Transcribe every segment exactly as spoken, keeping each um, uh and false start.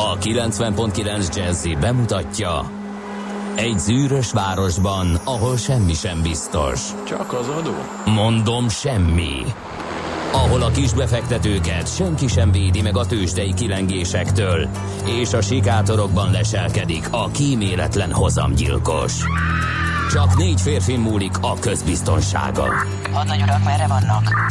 A kilencven pont kilenc Jazzy bemutatja: egy zűrös városban, ahol semmi sem biztos. Csak az adó? Mondom, semmi. Ahol a kisbefektetőket senki sem védi meg a tőzsdei kilengésektől, és a sikátorokban leselkedik a kíméletlen hozamgyilkos. Csak négy férfin múlik a közbiztonsága. Hadnagy urak, merre vannak?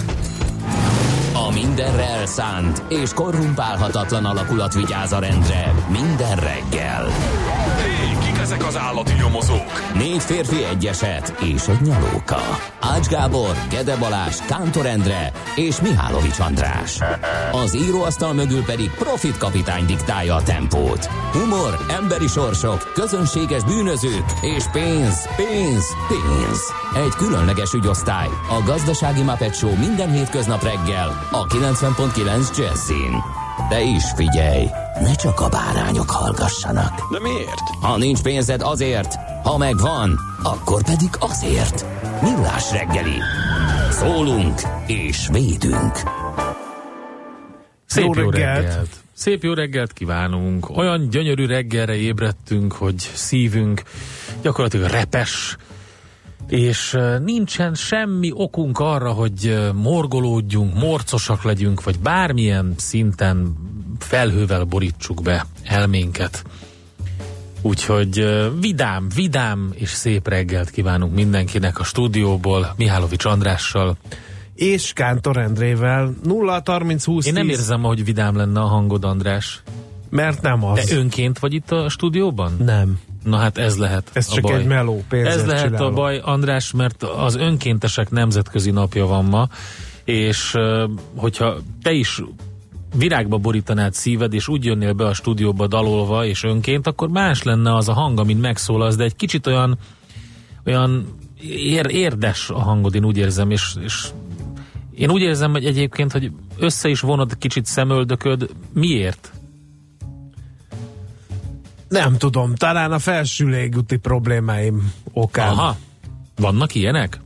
A mindenre elszánt és korrumpálhatatlan alakulat vigyáz a rendre minden reggel. Hé, kik ezek az állati nyomozók? Négy férfi, egy eset és egy nyalóka. Ács Gábor, Gede Balázs, Kántor Endre és Mihálovics András. Az íróasztal mögül pedig Profit kapitány diktálja a tempót. Humor, emberi sorsok, közönséges bűnözők és pénz, pénz, pénz. Egy különleges ügyosztály, a Gazdasági Muppet Show minden hétköznap reggel a kilencven pont kilenc Jazzyn. De is figyelj, ne csak a bárányok hallgassanak. De miért? Ha nincs pénzed, azért, ha megvan, akkor pedig azért. Millás reggeli. Szólunk és védünk. Szép jó, jó reggelt. reggelt! Szép jó reggelt kívánunk! Olyan gyönyörű reggelre ébredtünk, hogy szívünk gyakorlatilag repes, és nincsen semmi okunk arra, hogy morgolódjunk, morcosak legyünk, vagy bármilyen szinten felhővel borítsuk be elménket. Úgyhogy vidám, vidám és szép reggelt kívánunk mindenkinek a stúdióból, Mihálovics Andrással. És Kántor Endrével. Nulla harminc húsz Én nem tíz. érzem, hogy vidám lenne a hangod, András. Mert nem az. De önként vagy itt a stúdióban? Nem. Na hát ez lehet Ez a csak baj. egy meló, pénzért Ez lehet csinálom. a baj, András, mert az önkéntesek nemzetközi napja van ma, és hogyha te is virágba borítanád szíved, és úgy jönnél be a stúdióba dalolva és önként, akkor más lenne az a hang, amin megszólalsz, de egy kicsit olyan olyan ér, érdes a hangod, én úgy érzem, és, és én úgy érzem, hogy egyébként, hogy össze is vonod kicsit szemöldököd. Miért? Nem tudom, talán a felső légúti problémáim okán. Aha, vannak ilyenek?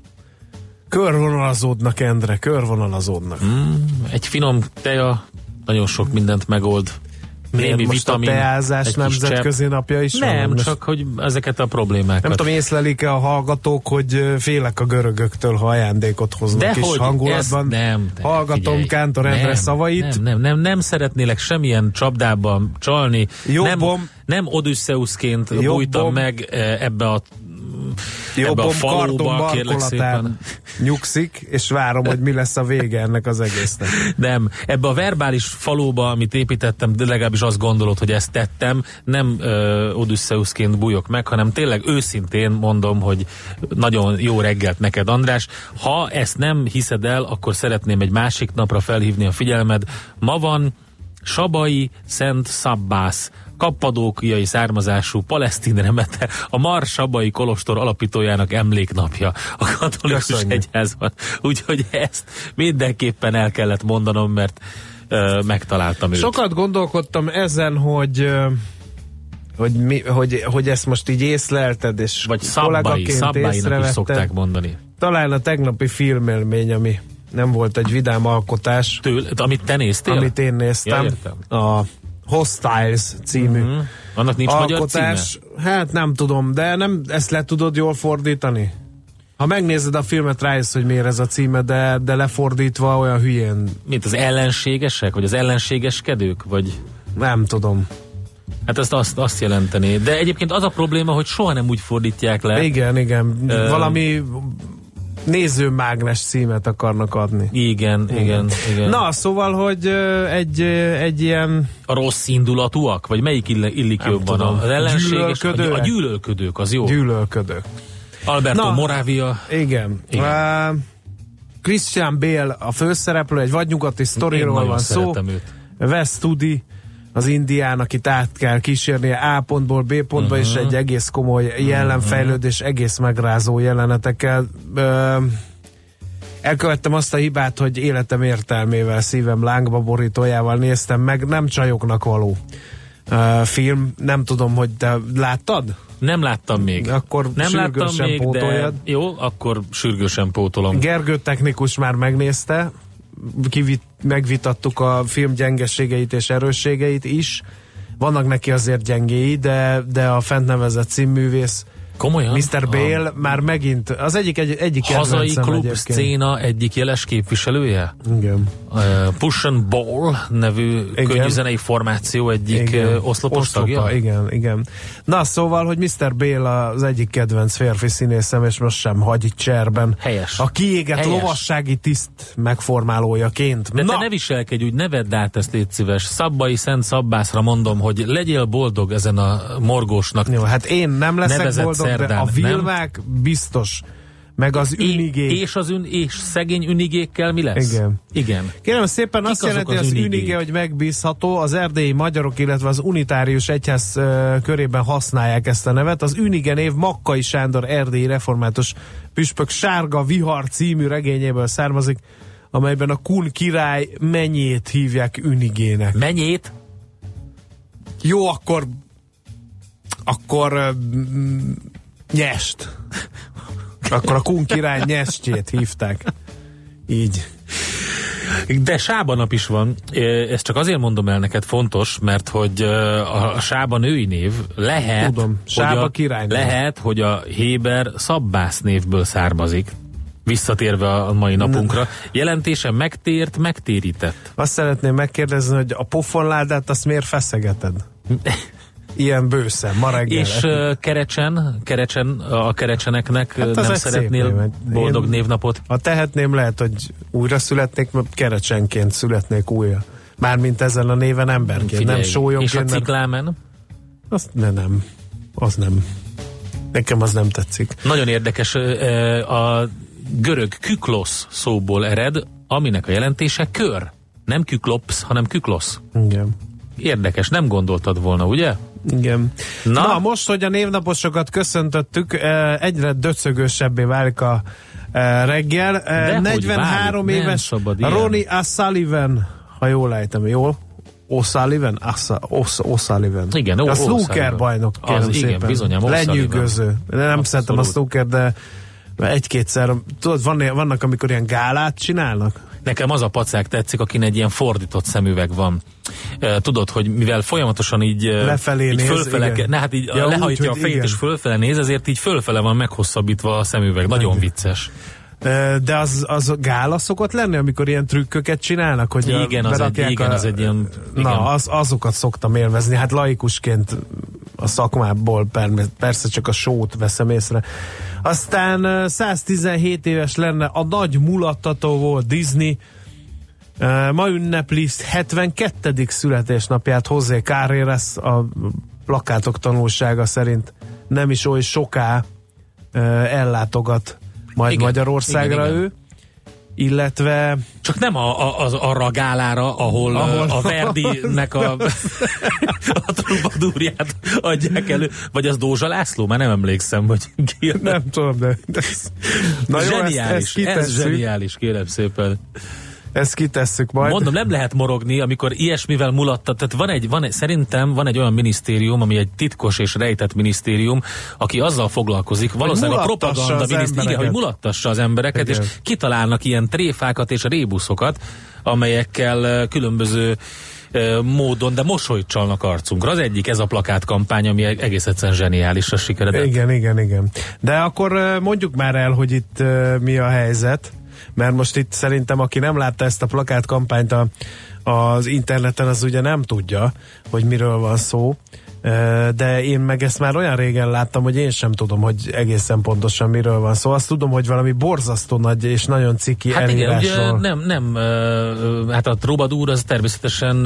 Körvonalazódnak, Endre, körvonalazódnak. Mm, egy finom teja nagyon sok mindent megold. Miért Némi most vitamin, a teázás egy kis nemzetközi csepp. napja is Nem, van? csak hogy ezeket a problémákat. Nem tudom, észlelik-e a hallgatók, hogy félek a görögöktől, ha ajándékot hoznak de kis hogy hangulatban. Ez, nem, de hallgatom figyelj, Kántor Endre nem, szavait. Nem, nem, nem, nem szeretnélek semmilyen csapdában csalni. Jobbom, nem, nem Odüsszeuszként bújtam meg ebbe a ebbe a faluba, kérlek szépen. Nyugszik, és várom, hogy mi lesz a vége ennek az egésznek. Nem, ebbe a verbális faluba, amit építettem, de legalábbis azt gondolod, hogy ezt tettem, nem ö, Odüsszeuszként bújok meg, hanem tényleg őszintén mondom, hogy nagyon jó reggelt neked, András. Ha ezt nem hiszed el, akkor szeretném egy másik napra felhívni a figyelmed. Ma van Sabai Szent Szabbász, kappadókiai származású palesztin remete, a Mar Sabai kolostor alapítójának emléknapja a katolikus egyházban. Úgyhogy ezt mindenképpen el kellett mondanom, mert ö, megtaláltam őt. Sokat gondolkodtam ezen, hogy ö, hogy, mi, hogy, hogy ezt most így észlelted, és vagy szabbai, szabbainak is szokták mondani. Talán a tegnapi filmélmény, ami nem volt egy vidám alkotás. Től, amit te néztél? Amit én néztem. Ja, a Hostiles című uh-huh. Annak nincs alkotás. Magyar címe? Hát nem tudom, de nem ezt le tudod jól fordítani? Ha megnézed a filmet, rájössz, hogy miért ez a címe, de, de lefordítva olyan hülyén. Mint az ellenségesek? Vagy az ellenségeskedők? Vagy... Nem tudom. Hát ezt azt, azt jelenteni. De egyébként az a probléma, hogy soha nem úgy fordítják le. Igen, igen. Ö... Valami nézőmágnes címet akarnak adni. Igen, igen, igen, igen. Na, szóval, hogy egy, egy ilyen... A rossz indulatúak? Vagy melyik illik jobban? Az ellenséges? A, a gyűlölködők, az jó. Gyűlölködők. Alberto Na, Moravia. Igen. igen. Uh, Christian Bale a főszereplő, egy vadnyugati sztoriról van szó. Őt. Wes Studi, az indián, akit át kell kísérnie A pontból B pontba, uh-huh. és egy egész komoly jelenfejlődés, uh-huh. egész megrázó jelenetekkel. Uh, elkövettem azt a hibát, hogy életem értelmével, szívem lángba borítójával néztem meg, nem csajoknak való uh, film. Nem tudom, hogy te láttad? Nem láttam még. Akkor nem sürgősen még, pótoljad. De jó, akkor sürgősen pótolom. Gergő technikus már megnézte, kivit, megvitattuk a film gyengeségeit és erősségeit is. vannak neki azért gyengéi, de, de a fent nevezett színművész komolyan? miszter Bale a... már megint az egyik, egy, egyik hazai klub szcéna egyik jeles képviselője? Igen. Uh, Push and Ball nevű könnyű zenei formáció egyik igen. oszlopos Oszlopa, tagja? Igen, igen. Na szóval, hogy miszter Bale az egyik kedvenc férfi színészem, és most sem hagy cserben. Helyes. A kiégett Helyes. lovassági tiszt megformálójaként. De Na. te ne viselkedj úgy, ne vedd át ezt, légy szíves. Szabbai Szent Szabbászra mondom, hogy legyél boldog ezen a morgósnak. Jó, hát én nem leszek boldog, szerdán, de a Vilmák nem? biztos. Meg az ünigék. És az ün, és szegény ünigékkel mi lesz? Igen. Igen. Kérem szépen, Kik azt jelenti az, az ünige, hogy megbízható, az erdélyi magyarok, illetve az unitárius egyház uh, körében használják ezt a nevet. Az ünige név Makkai Sándor erdélyi református püspök Sárga Vihar című regényéből származik, amelyben a Kun király mennyét hívják ünigének. Mennyét? Jó, akkor akkor uh, nyest. Akkor a Kun király nyestjét hívták. Így. De Sába nap is van. Ezt csak azért mondom el neked fontos, mert hogy a Sába női név lehet, tudom, Sába hogy király a, lehet, hogy a Héber Szabbász névből származik. Visszatérve a mai napunkra. Jelentése megtért, megtérített. Azt szeretném megkérdezni, hogy a pofonládát azt miért feszegeted? Ilyen bőszen, ma reggel. És uh, Kerecsen, Kerecsen, a Kerecseneknek hát nem szeretnél név. boldog Én, névnapot? Ha tehetném, lehet, hogy újra születnék, mert Kerecsenként születnék újra. Mármint ezen a néven emberként, Figyelj, nem sólyomként. és a ciklámen? Mert... Azt ne, nem. Az nem. Nekem az nem tetszik. Nagyon érdekes, a görög küklosz szóból ered, aminek a jelentése kör. Nem küklopsz, hanem küklosz. Igen. Érdekes, nem gondoltad volna, ugye? Igen. Na, Na most, hogy a névnaposokat köszöntöttük, egyre döcögösebbé válik a reggel. De negyvenhárom válik, éves Ronnie O'Sullivan, ha jól ejtem, jól? O'Sullivan? O'Sullivan. Igen, a snooker bajnok, kérem az, szépen. Igen, bizonyám, lenyűgöző. Nem szeretem a snooker, de egy-kétszer, tudod, van, vannak, amikor ilyen gálát csinálnak? Nekem az a pacák tetszik, akin egy ilyen fordított szemüveg van. Tudod, hogy mivel folyamatosan így lefelé így néz, fölfele, igen. ne, hát így ja, lehajtja úgy, a fejét igen. és fölfele néz, ezért így fölfele van meghosszabbítva a szemüveg. Nagyon igen. vicces. De az, az gála szokott lenni, amikor ilyen trükköket csinálnak, hogy igen, az egy, igen, a, az egy ilyen... Igen. Na, az, azokat szoktam élvezni. Hát laikusként a szakmából persze csak a sót veszem észre. Aztán száztizenhét éves lenne a nagy mulattató volt Disney. Ma ünnepli hetvenkettedik születésnapját José Carreras, a plakátok tanulsága szerint nem is oly soká ellátogat majd igen, Magyarországra igen, igen. ő, illetve... Csak nem a, a, az, arra a gálára, ahol, ahol a Verdi-nek a, a trubadúrját adják elő, vagy az Dózsa László? Már nem emlékszem, hogy ki. Nem tudom, de... de ez... Na zseniális, jó, ezt, ezt ez zseniális, kérem szépen. Ezt kitesszük majd. Mondom, nem lehet morogni, amikor ilyesmivel mulattat. Tehát van egy, van egy, szerintem van egy olyan minisztérium, ami egy titkos és rejtett minisztérium, aki azzal foglalkozik, valószínűleg a propaganda minisztérium, igen, hogy mulattassa az embereket, igen. És kitalálnak ilyen tréfákat és rébuszokat, amelyekkel különböző módon, de mosolyt csalnak arcunkra. Az egyik ez a plakátkampány, ami egész egyszerűen zseniálisra sikeredett. Igen, igen, igen. De akkor mondjuk már el, hogy itt mi a helyzet, mert most itt szerintem, aki nem látta ezt a plakátkampányt a, az interneten, az ugye nem tudja, hogy miről van szó, de én meg ezt már olyan régen láttam, hogy én sem tudom, hogy egészen pontosan miről van szó. Azt tudom, hogy valami borzasztó nagy és nagyon ciki hát elírásról. Igen, ugye nem, nem, hát a Troubadour az természetesen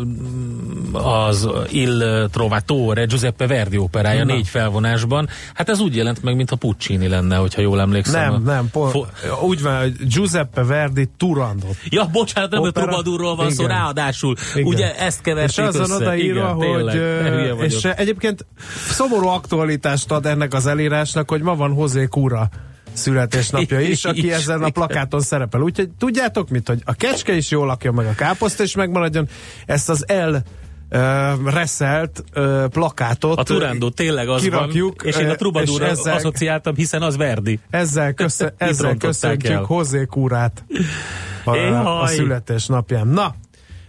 az Il Trovatore, Giuseppe Verdi operája négy felvonásban. Hát ez úgy jelent meg, mintha Puccini lenne, hogyha jól emlékszem. Nem, nem, po- Fo- úgy van, hogy Giuseppe Verdi Turandot. Ja, bocsánat, nem a Troubadourról van szó, ráadásul. Igen. Ugye ezt keverték össze. És azon odaírva, hogy tényleg, és egyébként szomorú aktualitást ad ennek az elírásnak, hogy ma van José Cura születésnapja is, aki ezen a plakáton szerepel. Úgyhogy tudjátok mit, hogy a kecske is jól lakja meg, a káposzta is megmaradjon, ezt az el Uh, reszelt uh, plakátot a Turandot tényleg az kirakjuk, van, és én a Troubadourra ezzel, asszociáltam, hiszen az Verdi. Ezzel, kösze, ezzel köszöntjük José Curát a, a születésnapján. Na,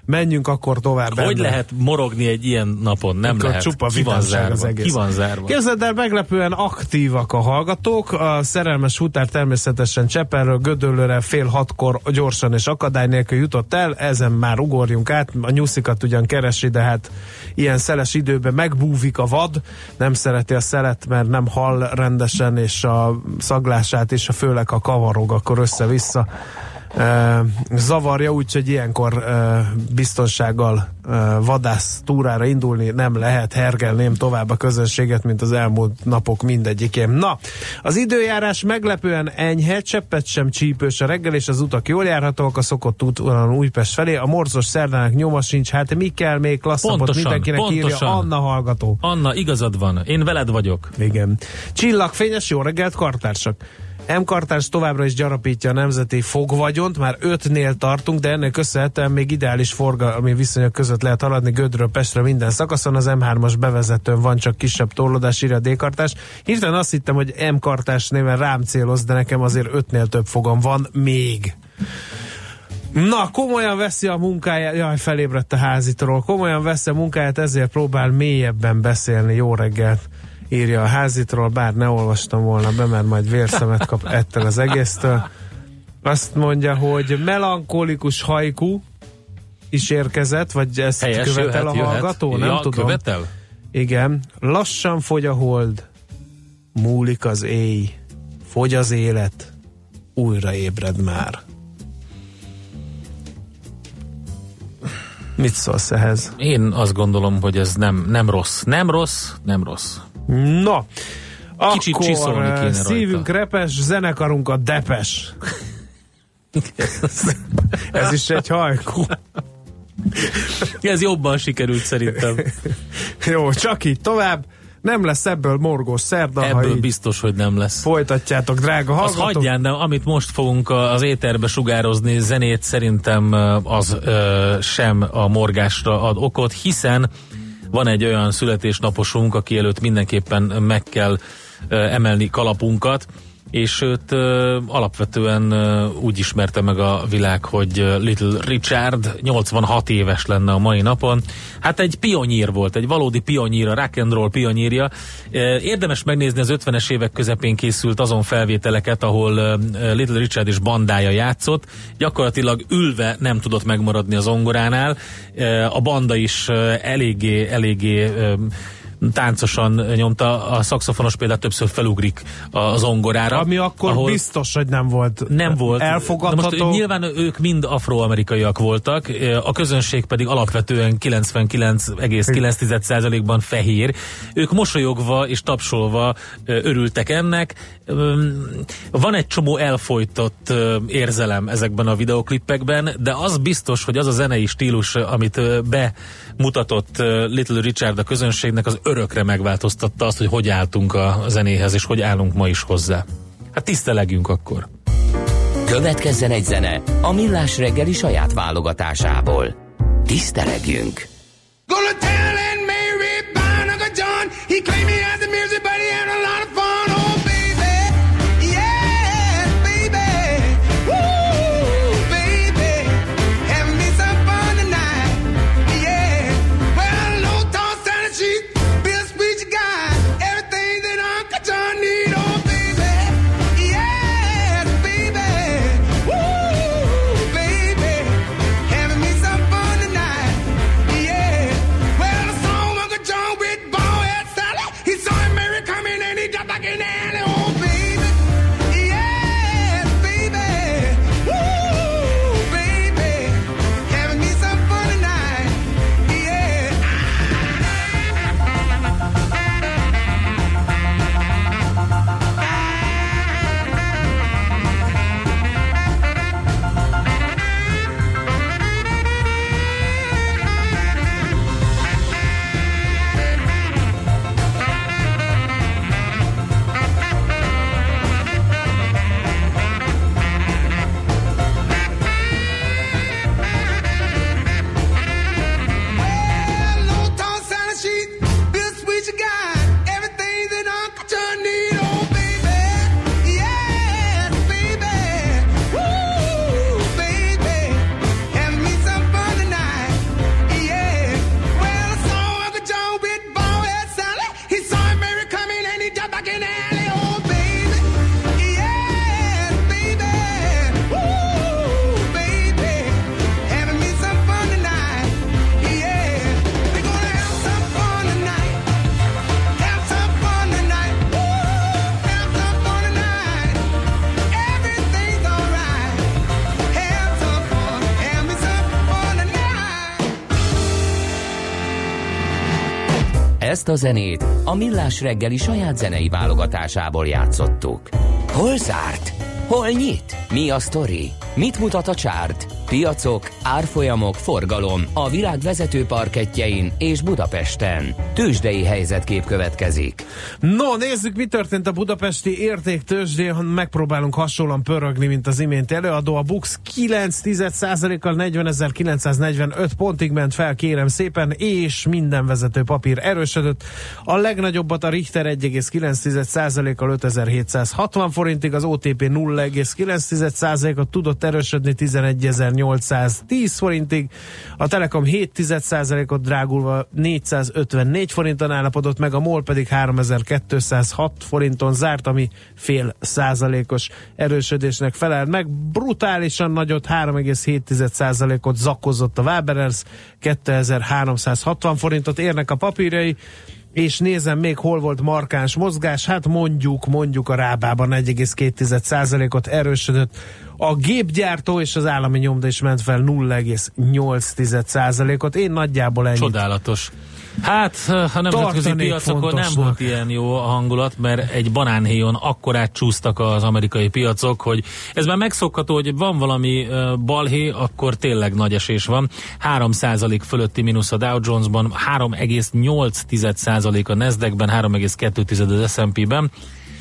menjünk akkor tovább. Hogy benne. lehet morogni egy ilyen napon? Nem Akkor lehet. Csupa Ki van zárva? az egész. Ki van zárva? Képzeld el, meglepően aktívak a hallgatók. A szerelmes futár természetesen Csepelről Gödöllőre fél hatkor gyorsan és akadály nélkül jutott el. Ezen már ugorjunk át. A nyuszikat ugyan keresi, de hát ilyen szeles időben megbúvik a vad. Nem szereti a szelet, mert nem hall rendesen, és a szaglását is, a főleg a kavarog, akkor össze-vissza Uh, zavarja, úgyhogy ilyenkor uh, biztonsággal uh, vadász túrára indulni nem lehet, hergelném tovább a közönséget, mint az elmúlt napok mindegyikén. Na, az időjárás meglepően enyhe, cseppet sem csípős a reggel, és az utak jól járhatóak a szokott útvonalon Újpest felé. A morzos szerdának nyoma sincs, hát mi kell még klasszabbat mindenkinek pontosan. Írja Anna hallgató. Anna, igazad van, én veled vagyok. Igen. Csillagfényes, jó reggelt, kartársak! M-kartárs továbbra is gyarapítja a nemzeti fogvagyont, már ötnél tartunk, de ennek köszönhetően még ideális forgalmi viszonyok között lehet haladni Gödről Pestre minden szakaszon, az M hármas bevezetőn van csak kisebb torlódás, írja a D-kartárs. Hirtelen azt hittem, hogy M-kartárs néven rám céloz, de nekem azért ötnél több fogam van még. Na, komolyan veszi a munkáját, jaj, felébredt a házitról, komolyan veszi a munkáját, ezért próbál mélyebben beszélni. Jó reggelt! Írja a házitról, bár ne olvastam volna be, mert majd vérszemet kap ettől az egésztől. Azt mondja, hogy melankolikus haiku is érkezett, vagy ezt Helyes, követel jöhet, a hallgató? jöhet. Nem Ja, tudom. Követel? Igen. Lassan fogy a hold, múlik az éj, fogy az élet, újra ébred már. Mit szólsz ehhez? Én azt gondolom, hogy ez nem, nem rossz. Nem rossz, nem rossz. No, Kicsit akkor csiszolni kéne szívünk rajta. repes, zenekarunk a depes. Ez is egy hajkú. Ez jobban sikerült szerintem. Jó, csak így tovább. Nem lesz ebből morgós szerda, Ebből ha így biztos, hogy nem lesz. folytatjátok, drága Az hallgatók. hagyján, de amit most fogunk az éterbe sugározni zenét, szerintem az ö, sem a morgásra ad okot, hiszen van egy olyan születésnaposunk, aki előtt mindenképpen meg kell ö, emelni kalapunkat, és őt ö, alapvetően ö, úgy ismerte meg a világ, hogy Little Richard nyolcvanhat éves lenne a mai napon. Hát egy pionnír volt, egy valódi pionnír, a rock and roll pionírja. Érdemes megnézni, az ötvenes évek közepén készült azon felvételeket, ahol Little Richard és bandája játszott. Gyakorlatilag ülve nem tudott megmaradni a zongoránál. A banda is eléggé, eléggé táncosan nyomta, a szaxofonos például többször felugrik a zongorára. Ami akkor ahol biztos, hogy nem volt nem volt elfogadható. Na most nyilván ők mind afroamerikaiak voltak, a közönség pedig alapvetően kilencvenkilenc egész kilenc százalékban fehér. Ők mosolyogva és tapsolva örültek ennek. Van egy csomó elfojtott érzelem ezekben a videoklipekben, de az biztos, hogy az a zenei stílus, amit bemutatott Little Richard a közönségnek, az örökre megváltoztatta azt, hogy hogy álltunk a zenéhez, és hogy állunk ma is hozzá. Hát tisztelegjünk akkor. Következzen egy zene a Millás reggeli saját válogatásából. Tisztelegjünk! Gonna tell Aunt Mary, Barnacle John, he claimed me as a music buddy and a lot of fun. Oh baby, yeah, baby, woo, baby, having me some fun tonight, yeah. Well, no tall standing sheet, be a squeegee guy, everything that Uncle John need. Oh baby, yeah, baby, woo, baby, having me some fun tonight, yeah. Well, I saw Uncle John with bald head Sally. He saw him Ezt a zenét a Millás reggeli saját zenei válogatásából játszottuk. Hol zárt? Hol nyit? Mi a sztori? Mit mutat a csárt? Piacok, árfolyamok, forgalom a világ vezető parkettjein és Budapesten. Tőzsdei helyzetkép következik. No, nézzük, mi történt a budapesti értéktőzsdén, megpróbálunk hasonlóan pörögni, mint az iménti előadó. A BUX kilenc egész egy százalékkal negyvenezer-kilencszáznegyvenöt pontig ment fel, kérem szépen, és minden vezető papír erősödött. A legnagyobbat a Richter egy egész kilenc százalékkal ötezer-hétszázhatvan forintig, az o té pé nulla egész kilenc százalékot tudott erősödni tizenegyezer-nyolcszáztíz forintig, a Telekom hét százalékot drágulva négyszázötvennégy forinton állapodott meg, a MOL pedig háromezer-kétszázhat forinton zárt, ami fél százalékos erősödésnek felel meg. Brutálisan nagyot, három egész hét százalékot zakkozott a Waberers, kétezer-háromszázhatvan forintot érnek a papírjai, és nézem még hol volt markáns mozgás, hát mondjuk, mondjuk a Rábában egy egész két százalékot erősödött, a gépgyártó és az állami nyomda is ment fel nulla egész nyolc százalékot, én nagyjából ennyit. Csodálatos. Hát a nemzetközi piacokon nem volt ilyen jó a hangulat, mert egy banánhéjon akkorát csúsztak az amerikai piacok, hogy ez már megszokható, hogy van valami balhé, akkor tényleg nagy esés van. három százalék fölötti mínusz a Dow Jonesban, három egész nyolc százalék a Nasdaqben, három egész kettő az es and pében,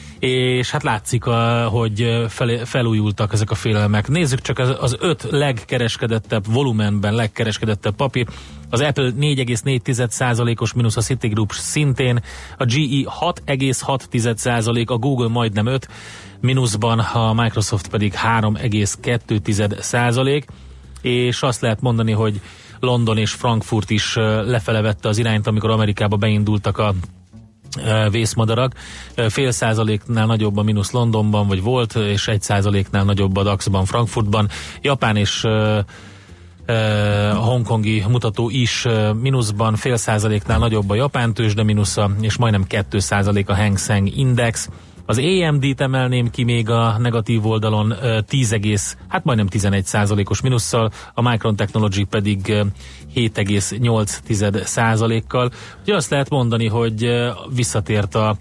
és hát látszik, hogy fel, felújultak ezek a félelmek. Nézzük csak az, az öt legkereskedettebb volumenben legkereskedettebb papír. Az Apple négy egész négy százalékos mínusz, a Citigroup szintén, a gé é hat egész hat százalék, a Google majdnem öt mínuszban, a Microsoft pedig három egész kettő százalék, és azt lehet mondani, hogy London és Frankfurt is lefele vette az irányt, amikor Amerikába beindultak a vészmadarak. Fél százaléknál nagyobb a mínusz Londonban, vagy volt, és egy százaléknál nagyobb a DAX-ban, Frankfurtban. Japán és uh, uh, hongkongi mutató is uh, mínuszban, fél százaléknál nagyobb a japán tőzsde mínusza, és majdnem két százalék a Hang Seng Index. Az á em dét emelném ki még a negatív oldalon tíz egész, hát majdnem tizenegy százalékos mínusszal, a Micron Technology pedig hét egész nyolc százalékkal. Ugye azt lehet mondani, hogy visszatért a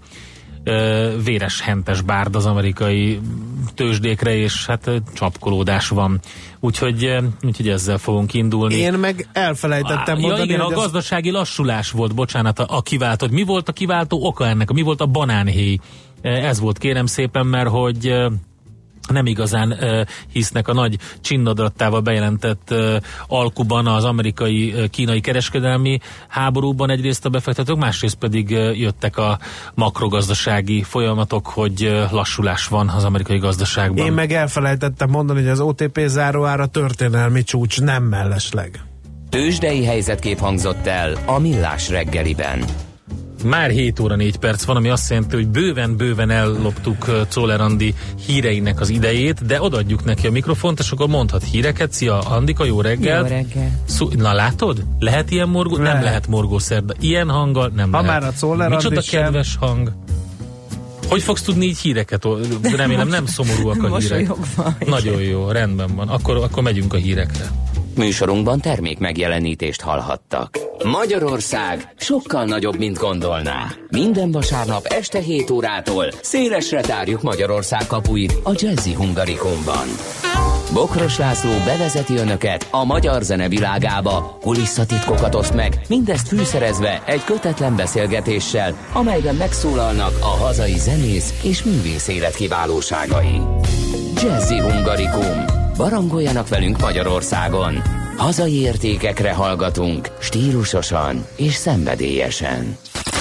véres hentes bárd az amerikai tőzsdékre, és hát csapkolódás van. Úgyhogy, úgyhogy ezzel fogunk indulni. Én meg elfelejtettem Á, mondani, ja, igen, a az... gazdasági lassulás volt, bocsánat, a, a kiváltó. Mi volt a kiváltó oka ennek? Mi volt a banánhéj? Ez volt, kérem szépen, mert hogy nem igazán uh, hisznek a nagy csinnadattával bejelentett uh, alkuban az amerikai-kínai uh, kereskedelmi háborúban egyrészt a befektetők, másrészt pedig uh, jöttek a makrogazdasági folyamatok, hogy uh, lassulás van az amerikai gazdaságban. Én meg elfelejtettem mondani, hogy az o té pé záróára történelmi csúcs, nem mellesleg. Tőzsdei helyzetkép hangzott el a Millás reggeliben. Már hét óra négy perc van, ami azt jelenti, hogy bőven-bőven elloptuk Czoller Andi híreinek az idejét, de odaadjuk neki a mikrofont, és akkor mondhat híreket. Szia, Andika, jó reggel. Jó reggel. Szó, na látod? Lehet ilyen morgó? Lehet. Nem lehet morgószerda. Ilyen hanggal nem ha lehet. Már a Czoller Andi micsoda kedves sem. Hang. Hogy fogsz tudni így híreket? Remélem nem szomorúak a hírek. Nagyon jó, rendben van. Akkor, akkor megyünk a hírekre. Műsorunkban termék megjelenítést hallhattak. Magyarország sokkal nagyobb, mint gondolná. Minden vasárnap este hét órától szélesre tárjuk Magyarország kapuit a Jazzy Hungarikumban. Bokros László bevezeti önöket a magyar zene világába, kulisszatitkokat oszt meg, mindezt fűszerezve egy kötetlen beszélgetéssel, amelyben megszólalnak a hazai zenész és művész élet kiválóságai. Jazzy Hungarikum. Barangoljanak velünk Magyarországon. Hazai értékekre hallgatunk, stílusosan és szenvedélyesen.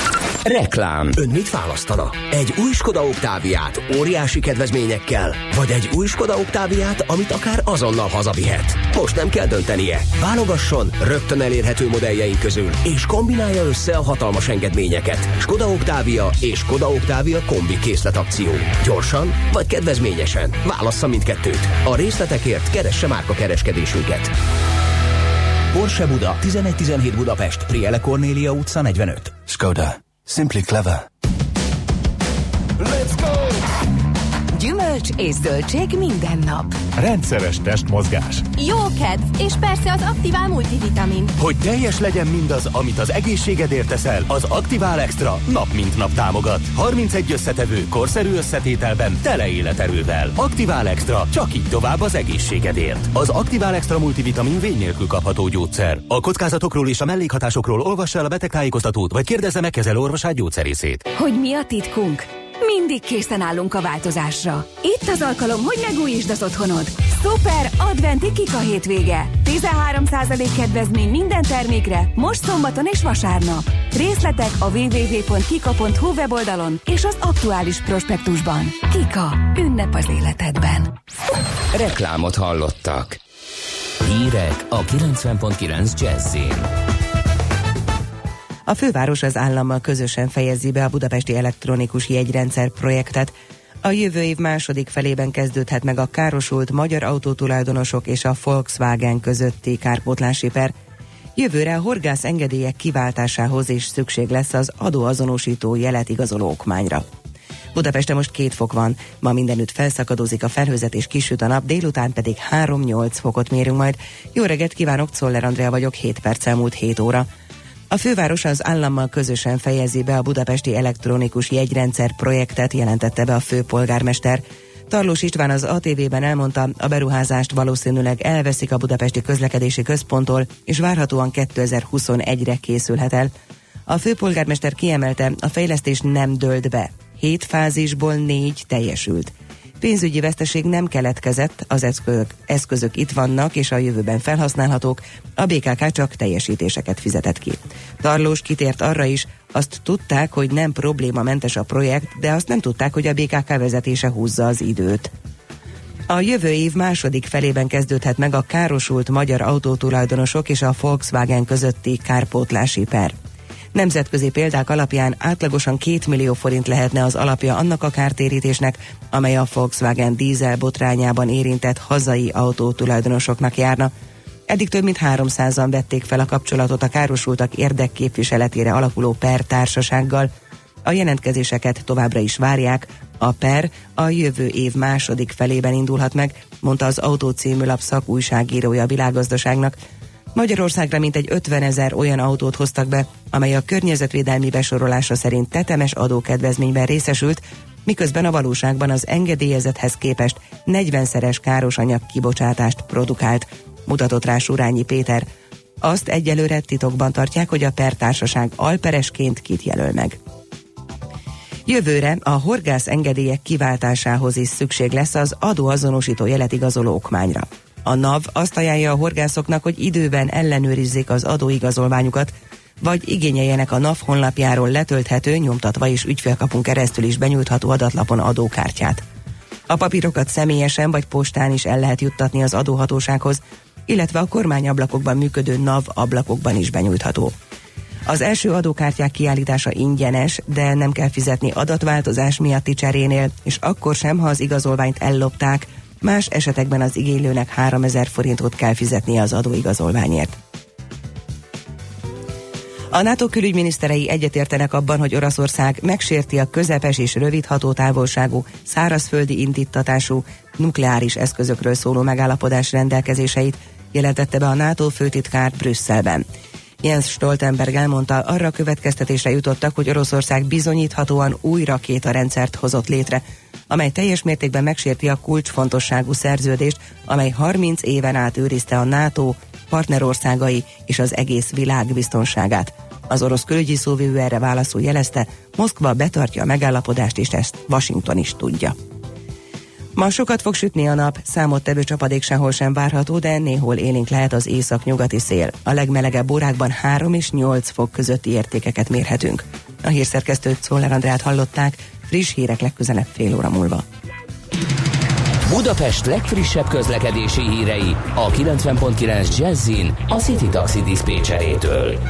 Reklám. Ön mit választana? Egy új Skoda Octaviát óriási kedvezményekkel, vagy egy új Skoda Octaviát, amit akár azonnal hazavihet? Most nem kell döntenie. Válogasson rögtön elérhető modelljeink közül, és kombinálja össze a hatalmas engedményeket. Skoda Octavia és Skoda Octavia kombi készletakció. Gyorsan vagy kedvezményesen. Válassza mindkettőt. A részletekért keresse márka kereskedésünket. Porsche Buda, tizenegy tizenhét Budapest, Priele Kornélia utca negyvenöt. Skoda. Simply clever. Let's go! bölcs és zöldség minden nap. Rendszeres testmozgás. Jó kedv, és persze az Aktivál multivitamin. Hogy teljes legyen mindaz, amit az egészségedért teszel, az Aktivál Extra nap mint nap támogat. harmincegy összetevő, korszerű összetételben, tele életerővel. Aktivál Extra, csak így tovább az egészségedért. Az Aktivál Extra multivitamin vény nélkül kapható gyógyszer. A kockázatokról és a mellékhatásokról olvassa el a betegtájékoztatót, vagy kérdezze meg kezelőorvosát, gyógyszerészét. Hogy mi a titkunk? Mindig készen állunk a változásra. Itt az alkalom, hogy megújítsd az otthonod. Szuper adventi Kika hétvége. tizenhárom százalék kedvezmény minden termékre, most szombaton és vasárnap. Részletek a double-u double-u double-u pont kika pont hu weboldalon és az aktuális prospektusban. Kika. Ünnep az életedben. Reklámot hallottak. Hírek a kilencven pont kilenc Jazzin. A főváros az állammal közösen fejezi be a budapesti elektronikus jegyrendszer projektet. A jövő év második felében kezdődhet meg a károsult magyar autótulajdonosok és a Volkswagen közötti kárpótlási per. Jövőre a horgász engedélyek kiváltásához is szükség lesz az adóazonosító jelet igazoló okmányra. Budapesten most két fok van, ma mindenütt felszakadozik a felhőzet és kisüt a nap, délután pedig három-nyolc fokot mérünk majd. Jó reggelt kívánok, Czoller Andrea vagyok, hét perccel múlt hét óra. A főváros az állammal közösen fejezi be a budapesti elektronikus jegyrendszer projektet, jelentette be a főpolgármester. Tarlós István az á té vében elmondta, a beruházást valószínűleg elveszik a budapesti közlekedési központtól, és várhatóan kétezer-huszonegyre készülhet el. A főpolgármester kiemelte, a fejlesztés nem dőlt be. Hét fázisból négy teljesült. Pénzügyi veszteség nem keletkezett, az eszközök, eszközök itt vannak és a jövőben felhasználhatók, a bé ká ká csak teljesítéseket fizetett ki. Tarlós kitért arra is, azt tudták, hogy nem problémamentes a projekt, de azt nem tudták, hogy a bé ká ká vezetése húzza az időt. A jövő év második felében kezdődhet meg a károsult magyar autótulajdonosok és a Volkswagen közötti kárpótlási per. Nemzetközi példák alapján átlagosan két millió forint lehetne az alapja annak a kártérítésnek, amely a Volkswagen dízel botrányában érintett hazai autótulajdonosoknak járna. Eddig több mint háromszázan vették fel a kapcsolatot a károsultak érdekképviseletére alakuló per társasággal. A jelentkezéseket továbbra is várják, a per a jövő év második felében indulhat meg, mondta az Autó című lap szakújságírója a Világgazdaságnak. Magyarországra mintegy ötvenezer olyan autót hoztak be, amely a környezetvédelmi besorolása szerint tetemes adókedvezményben részesült, miközben a valóságban az engedélyezethez képest negyvenszeres károsanyag kibocsátást produkált, mutatott rá Surányi Péter. Azt egyelőre titokban tartják, hogy a per társaság alperesként kit jelöl meg. Jövőre a horgász engedélyek kiváltásához is szükség lesz az adóazonosító jelet igazoló okmányra. A NAV azt ajánlja a horgászoknak, hogy időben ellenőrizzék az adóigazolványukat, vagy igényeljenek a NAV honlapjáról letölthető, nyomtatva és ügyfélkapun keresztül is benyújtható adatlapon adókártyát. A papírokat személyesen vagy postán is el lehet juttatni az adóhatósághoz, illetve a kormányablakokban működő NAV ablakokban is benyújtható. Az első adókártyák kiállítása ingyenes, de nem kell fizetni adatváltozás miatti cserénél, és akkor sem, ha az igazolványt ellopták, más esetekben az igénylőnek háromezer forintot kell fizetnie az adóigazolványért. A NATO külügyminiszterei egyetértenek abban, hogy Oroszország megsérti a közepes és rövid hatótávolságú, szárazföldi indítatású nukleáris eszközökről szóló megállapodás rendelkezéseit, jelentette be a NATO főtitkár Brüsszelben. Jens Stoltenberg elmondta, arra a következtetésre jutottak, hogy Oroszország bizonyíthatóan új rakétarendszert hozott létre, amely teljes mértékben megsérti a kulcsfontosságú szerződést, amely harminc éven át őrizte a NATO partnerországai és az egész világ biztonságát. Az orosz külügyi szóvivő erre válaszul jelezte, Moszkva betartja a megállapodást, és ezt Washington is tudja. Ma sokat fog sütni a nap, számottevő csapadék sehol sem várható, de néhol élénk lehet az észak-nyugati szél. A legmelegebb órákban három és nyolc fok közötti értékeket mérhetünk. A hírszerkesztőt, Czoller Andrát hallották, friss hírek legközelebb fél óra múlva. Budapest legfrissebb közlekedési hírei a kilencven pont kilenc Jazzin a City Taxi diszpécserétől.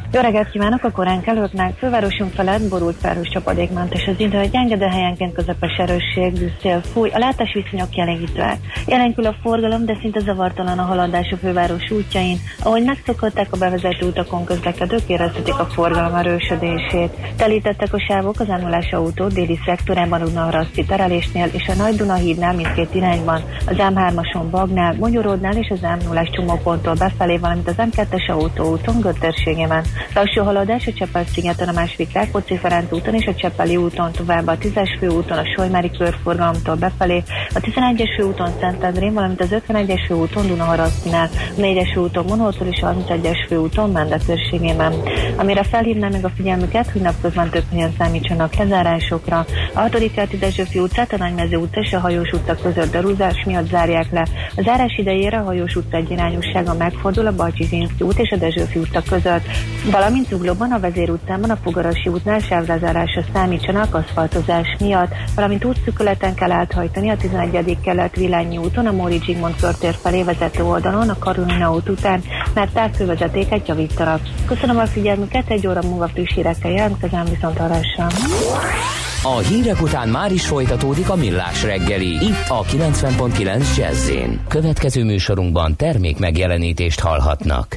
Jó reggelt kívánok! A korán kelőknek fővárosunk felett borult felhős csapadékmentes az idő, gyenge, de helyenként közepes erősségű szél fúj, a látásviszonyok kielégítőek. Jelenkül a forgalom, de szinte zavartalan a haladás a főváros útjain. Ahogy megszokották, a bevezető utakon közlekedők érezhetik a forgalom erősödését. Telítettek a sávok az Ámulás autó déli szektorában, Udna-Haraszti terelésnél és a Nagy Duna hídnál mindkét irányban, az M hármason Bagnál, Mogyoródnál és az Ámulás csomóponttól befelé, valamint az M kettes autóúton Göttérségében. Lassú haladás a Csepel-szigeten, a második Rákóczi-Ferenc úton és a Csepeli úton, tovább a tízes főúton a Solymári körforgalomtól befelé, a tizenegyes főúton Szentendrén, valamint az ötvenegyes főúton Dunaharasztinál, a négyes főúton Monótól és a harmincegyes főúton Mende térségében. Amire felhívnám meg a figyelmüket, hogy napközben több helyen számítsanak lezárásokra. A hatodik kerti Dezsőfi utcát, a Nagymező utca és a Hajós utca között darúzás miatt zárják le. A zárás idejére a Hajós utca egyirányúsága megfordul a Balcsi-Zsinszky út és a Dezsőfi utca között. Valamint Zuglóban, a Vezér utcában, a Fogarasi útnál sávlezárásra számítsanak aszfaltozás miatt, valamint útszűkületen kell áthajtani a tizenegyedik kelet Villányi úton, a Móricz Zsigmond körtér felé vezető oldalon, a Karolina út után, mert távkővezetéket javítanak. Köszönöm a figyelmüket, egy óra múlva friss hírekkel jelentkezem, viszont hallásra. A hírek után már is folytatódik a Millás reggeli, itt a kilencven pont kilenc Jazz-én. Következő műsorunkban termék megjelenítést hallhatnak.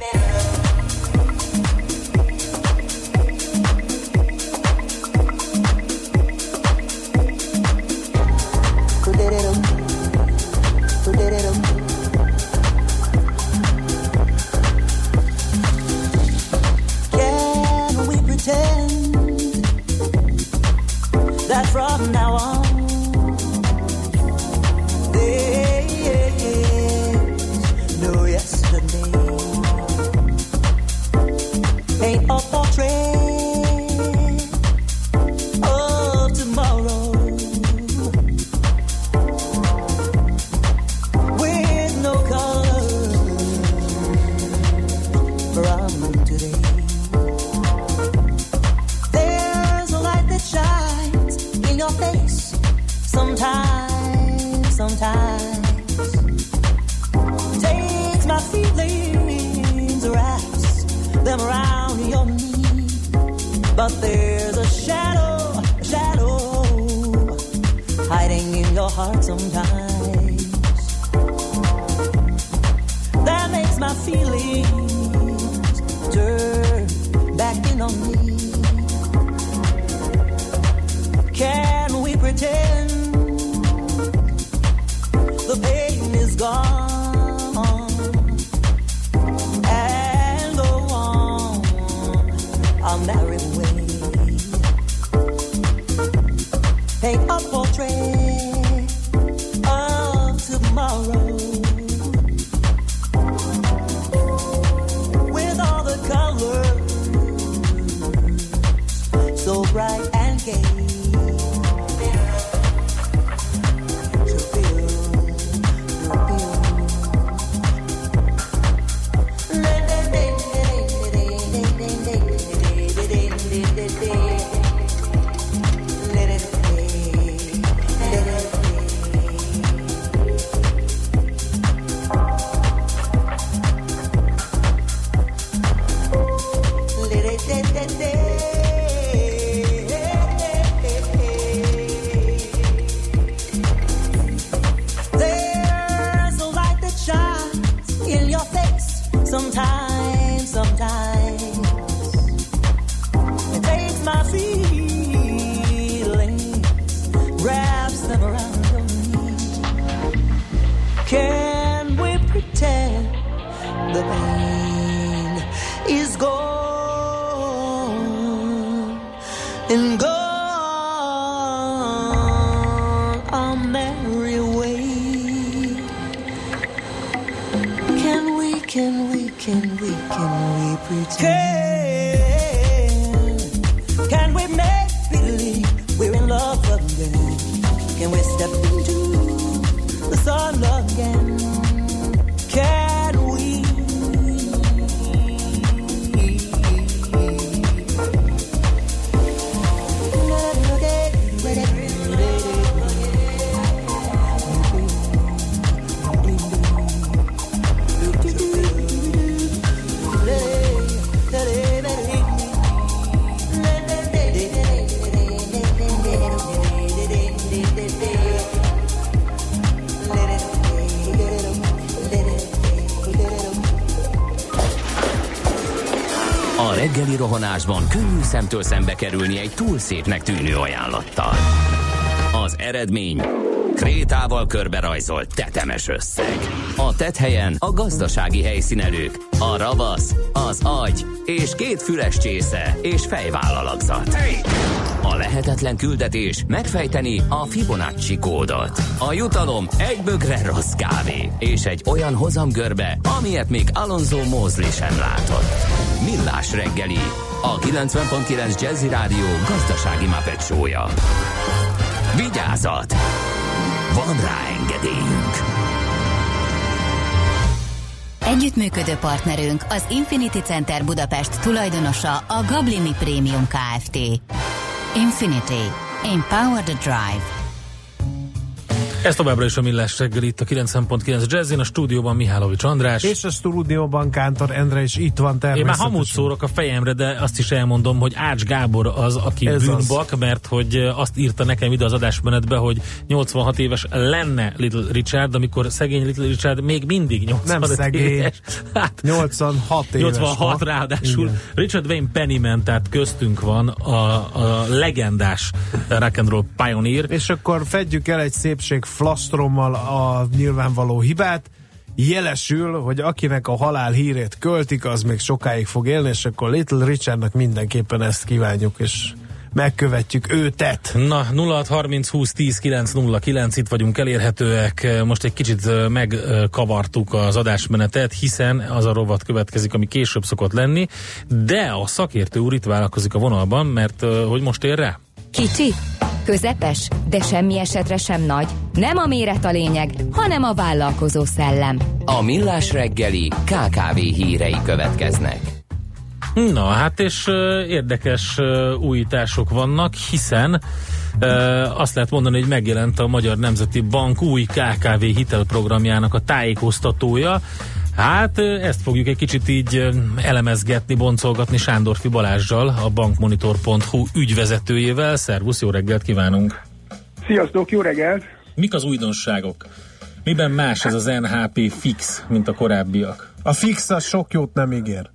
From now on, there's no yesterday. Paint a portrait of tomorrow with no color from today. There's a light that shines in your face, sometimes, sometimes takes my feelings, wraps them around your knee. But there's a shadow, a shadow hiding in your heart sometimes that makes my feelings turn back in on me. Can we pretend the pain is gone and go on our merry way? Paint a portrait of tomorrow with all the colors so bright and gay. Sometimes, sometimes it takes my feelings, wraps them around your knees. Can we pretend the pain is gone and gone our merry way? Can we, can we Can we, can we pretend? Can, can we make believe we're in love again? Can we step into the sun again? Can we? Let it A reggeli rohanásban könnyű szemtől szembe kerülni egy túl szépnek tűnő ajánlattal. Az eredmény krétával körberajzolt tetemes összeg. A tetthelyen a gazdasági helyszínelők, a ravasz, az agy és két füles csésze és fejvállalakzat. A lehetetlen küldetés megfejteni a Fibonacci kódot. A jutalom egy bögre rossz kávé és egy olyan hozamgörbe, amilyet még Alonso Mosley sem látott. Millás reggeli, a kilencven pont kilenc Jazzy Rádió gazdasági Muppet show-ja. Vigyázat! Van rá engedélyünk! Együttműködő partnerünk az Infinity Center Budapest tulajdonosa a Gablini Premium Kft. Infinity. Empower the Drive. Ez továbbra is a Millás reggel itt a kilencven pont kilenc Jazzin, a stúdióban Mihálovics András. És a stúdióban Kántor Endre is itt van természetesen. Én már hamut szórok a fejemre, de azt is elmondom, hogy Ács Gábor az, aki ez bűnbak, az. Mert hogy azt írta nekem ide az adásmenetbe, hogy nyolcvanhat éves lenne Little Richard, amikor szegény Little Richard még mindig nyolcvanhat Nem szegény. éves. Hát, nyolcvanhat éves. nyolcvanhat van. Ráadásul. Igen. Richard Wayne Pennyman, tehát köztünk van a, a legendás rock and roll pioneer. És akkor fedjük el egy szépség flasztrommal a nyilvánvaló hibát, jelesül, hogy akinek a halál hírét költik, az még sokáig fog élni, és akkor Little Richardnak mindenképpen ezt kívánjuk, és megkövetjük őtet. Na, nulla hat harminc húsz tíz kilenc nulla kilenc, itt vagyunk elérhetőek. Most egy kicsit megkavartuk az adásmenetet, hiszen az a rovat következik, ami később szokott lenni, de a szakértő úr itt vállalkozik a vonalban, mert hogy most ér rá? Kicsi, közepes, de semmi esetre sem nagy. Nem a méret a lényeg, hanem a vállalkozó szellem. A Millás reggeli ká ká vé hírei következnek. Na, hát és uh, érdekes uh, újítások vannak, hiszen uh, azt lehet mondani, hogy megjelent a Magyar Nemzeti Bank új ká ká vé hitelprogramjának a tájékoztatója. Hát ezt fogjuk egy kicsit így elemezgetni, boncolgatni Sándorfi Balázssal, a bankmonitor pont hu ügyvezetőjével. Szervusz, jó reggelt kívánunk! Sziasztok, jó reggelt! Mik az újdonságok? Miben más ez az en há pé fix, mint a korábbiak? A fix az sok jót nem ígér.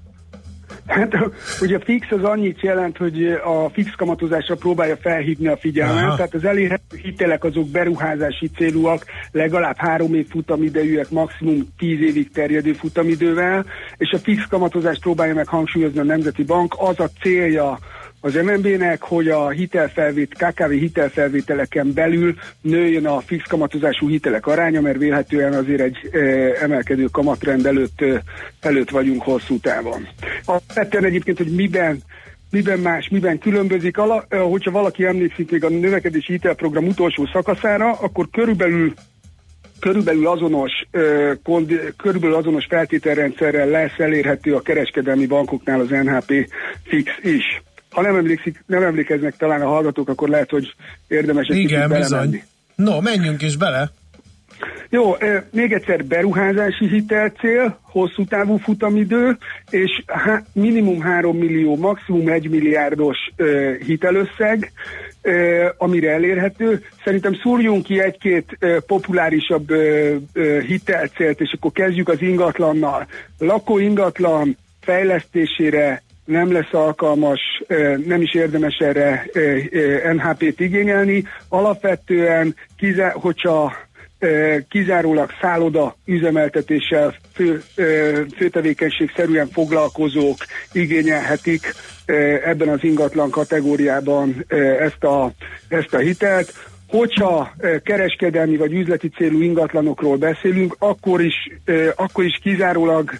Hát ugye a fix az annyit jelent, hogy a fix kamatozásra próbálja felhívni a figyelmet, aha. Tehát az elérhető hitelek azok beruházási célúak, legalább három év futamidejűek, maximum tíz évig terjedő futamidővel, és a fix kamatozást próbálja meg hangsúlyozni a Nemzeti Bank. Az a célja az em en bé-nek, hogy a hitelfelvét, ká ká vé hitelfelvételeken belül nőjön a fix kamatozású hitelek aránya, mert vélhetően azért egy e, emelkedő kamatrend előtt, e, előtt vagyunk hosszú távon. Alapvetően egyébként, hogy miben, miben más, miben különbözik, ala, e, hogyha valaki emlékszik még a növekedési hitelprogram utolsó szakaszára, akkor körülbelül körülbelül azonos, uh, kondi, körülbelül azonos feltételrendszerrel lesz elérhető a kereskedelmi bankoknál az en há pé fix is. Ha nem, emlékszik, nem emlékeznek talán a hallgatók, akkor lehet, hogy érdemes egy igen, kicsit belemenni. No, menjünk is bele. Jó, e, még egyszer beruházási hitelcél, hosszú távú futamidő, és há, minimum három millió, maximum egy milliárdos e, hitelösszeg, e, amire elérhető. Szerintem szúrjunk ki egy-két e, populárisabb e, e, hitelcélt, és akkor kezdjük az ingatlannal. Lakóingatlan fejlesztésére nem lesz alkalmas, nem is érdemes erre en há pét igényelni. Alapvetően, hogyha kizárólag szálloda üzemeltetéssel fő, főtevékenységszerűen foglalkozók igényelhetik ebben az ingatlan kategóriában ezt a, ezt a hitelt. Hogyha kereskedelmi vagy üzleti célú ingatlanokról beszélünk, akkor is, akkor is kizárólag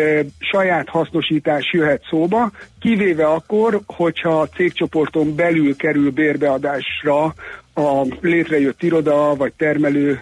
saját hasznosítás jöhet szóba, kivéve akkor, hogyha a cégcsoporton belül kerül bérbeadásra a létrejött iroda vagy termelő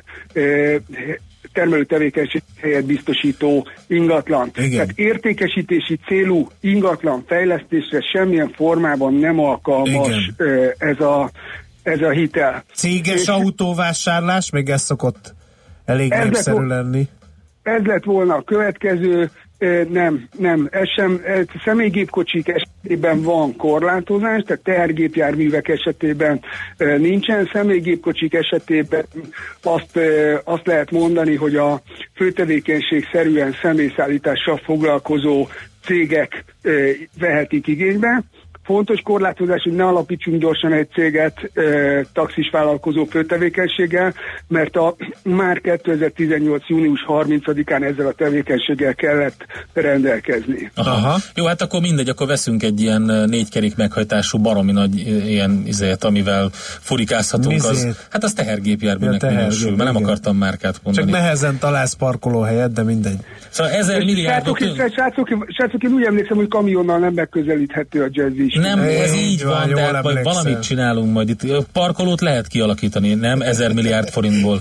termelő tevékenység helyet biztosító ingatlan. Igen. Tehát értékesítési célú ingatlan fejlesztésre semmilyen formában nem alkalmas igen. ez a ez a hitel. Céges és autóvásárlás, még ez szokott elég népszerű lenni. Ez lett volna a következő, Nem, nem, ez sem, ez személygépkocsik esetében van korlátozás, tehát tehergépjárművek esetében nincsen, személygépkocsik esetében azt, azt lehet mondani, hogy a főtevékenység szerűen személyszállítással foglalkozó cégek vehetik igénybe. Fontos korlátozás, hogy ne alapítsunk gyorsan egy céget e, taxis vállalkozó főtevékenységgel, mert a már kétezer-tizennyolc. június harmincadikán ezzel a tevékenységgel kellett rendelkezni. Aha. Aha. Jó, hát akkor mindegy, akkor veszünk egy ilyen négykerék meghajtású baromi nagy ilyen izét, amivel furikázhatunk. Az, hát az tehergépjárműnek ja, minősül, mert nem akartam márkát mondani. Csak nehezen találsz parkolóhelyet, de mindegy. Szóval ezer milliárdot... Srácok, én úgy emlékszem, hogy kamionnal nem megközelíthető a jazz is. Nem, ez így van, de hát majd valamit csinálunk majd itt. Parkolót lehet kialakítani, nem? Ezer milliárd forintból.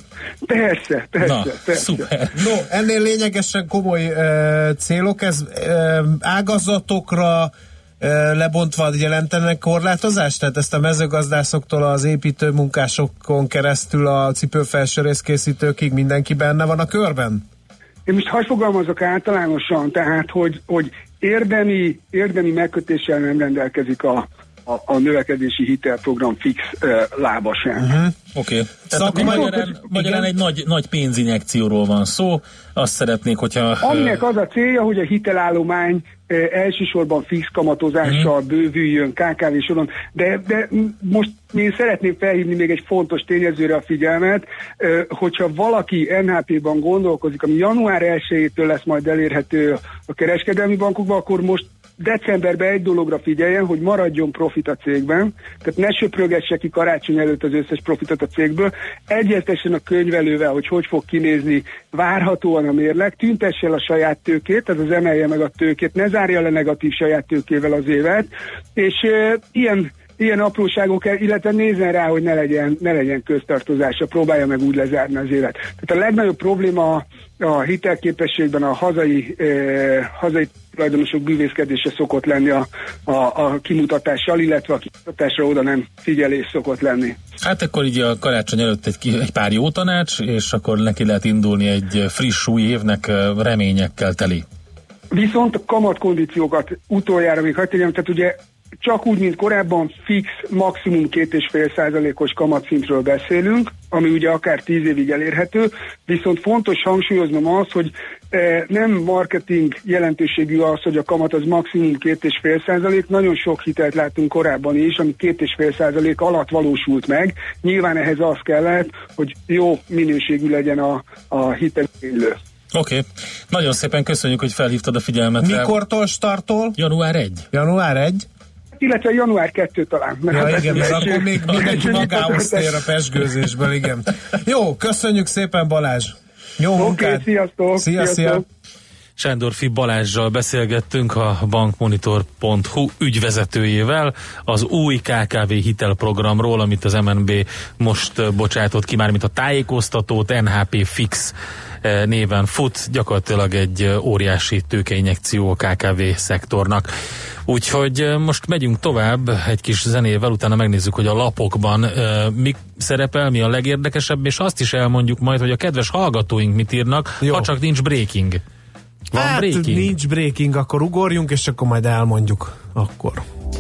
Persze, persze. Na, persze. Szuper. No, ennél lényegesen komoly uh, célok, ez uh, ágazatokra uh, lebontva jelentenek korlátozást? Tehát ezt a mezőgazdászoktól az építőmunkásokon keresztül a cipőfelsőrészkészítőkig mindenki benne van a körben? Én most hadd fogalmazok általánosan, tehát, hogy, hogy érdemi, érdemi megkötéssel nem rendelkezik a, a, a növekedési hitelprogram fix uh, lába sem. Uh-huh. Oké. Okay. Tehát akkor magyarán, magyarán egy nagy, nagy pénzinjekcióról van szó. Azt szeretnék, hogyha... Aminek az a célja, hogy a hitelállomány eh, elsősorban fix kamatozással uh-huh. bővüljön ká ká vé soron, de, de most én szeretném felhívni még egy fontos tényezőre a figyelmet, eh, hogyha valaki en há pé-ban gondolkozik, ami január elsejétől lesz majd elérhető a kereskedelmi bankokban, akkor most decemberben egy dologra figyeljen, hogy maradjon profit a cégben, tehát ne söprögesse ki karácsony előtt az összes profitot a cégből, egyeztessen a könyvelővel, hogy hogy fog kinézni várhatóan a mérleg, tüntesse el a saját tőkét, tehát az emelje meg a tőkét, ne zárja le negatív saját tőkével az évet, és e, ilyen Ilyen apróságok, illetve nézzen rá, hogy ne legyen, ne legyen köztartozása, próbálja meg úgy lezárni az élet. Tehát a legnagyobb probléma a hitelképességben a hazai, eh, hazai tulajdonosok bűvészkedése szokott lenni a, a, a kimutatással, illetve a kimutatásra oda nem figyelés szokott lenni. Hát akkor így a karácsony előtt egy, egy pár jó tanács, és akkor neki lehet indulni egy friss új évnek reményekkel teli. Viszont a kamatkondíciókat utoljára még hadd tegyem, tehát ugye csak úgy, mint korábban fix, maximum két és fél százalékos kamatszintről beszélünk, ami ugye akár tíz évig elérhető, viszont fontos hangsúlyoznom az, hogy e, nem marketing jelentőségű az, hogy a kamat az maximum két és fél százalék, nagyon sok hitelt láttunk korábban is, ami két és fél százalék alatt valósult meg, nyilván ehhez az kellett, hogy jó minőségű legyen a, a hitelélő. Oké, okay. Nagyon szépen köszönjük, hogy felhívtad a figyelmet. Mikortól startol? január elseje. január elseje? Illetve január kettő talán. Ja, igen, mert akkor még mindenki magához tér a pesgőzésből, igen. Jó, köszönjük szépen, Balázs. Jó munkát. Oké, sziasztok. Szia, szia. Sándorfi Balázssal beszélgettünk, a bankmonitor pont hu ügyvezetőjével az új ká ká vé hitelprogramról, amit az em en bé most bocsátott ki, mármint a tájékoztatót, en há pé Fix néven fut, gyakorlatilag egy óriási tőkeinjekció a ká ká vé szektornak. Úgyhogy most megyünk tovább egy kis zenével, utána megnézzük, hogy a lapokban uh, mi szerepel, mi a legérdekesebb, és azt is elmondjuk majd, hogy a kedves hallgatóink mit írnak, Jó. ha csak nincs breaking. Van hát, breaking? Nincs breaking, akkor ugorjunk, és akkor majd elmondjuk akkor.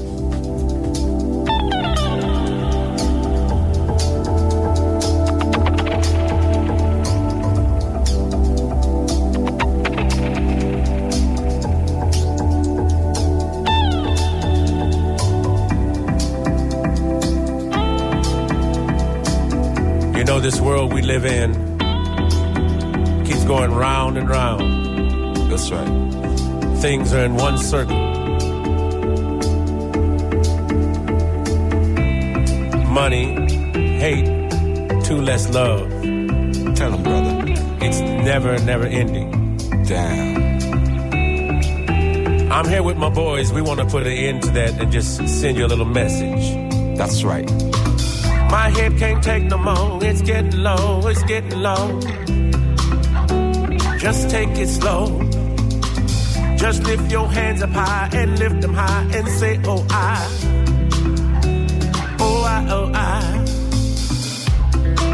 You know, this world we live in keeps going round and round. That's right. Things are in one circle. Money, hate, two less love. Tell them, brother. It's never, never ending. Damn. I'm here with my boys. We want to put an end to that and just send you a little message. That's right. My head can't take no more. It's getting low, it's getting low. Just take it slow. Just lift your hands up high and lift them high and say, oh, I. Oh, I, oh, I.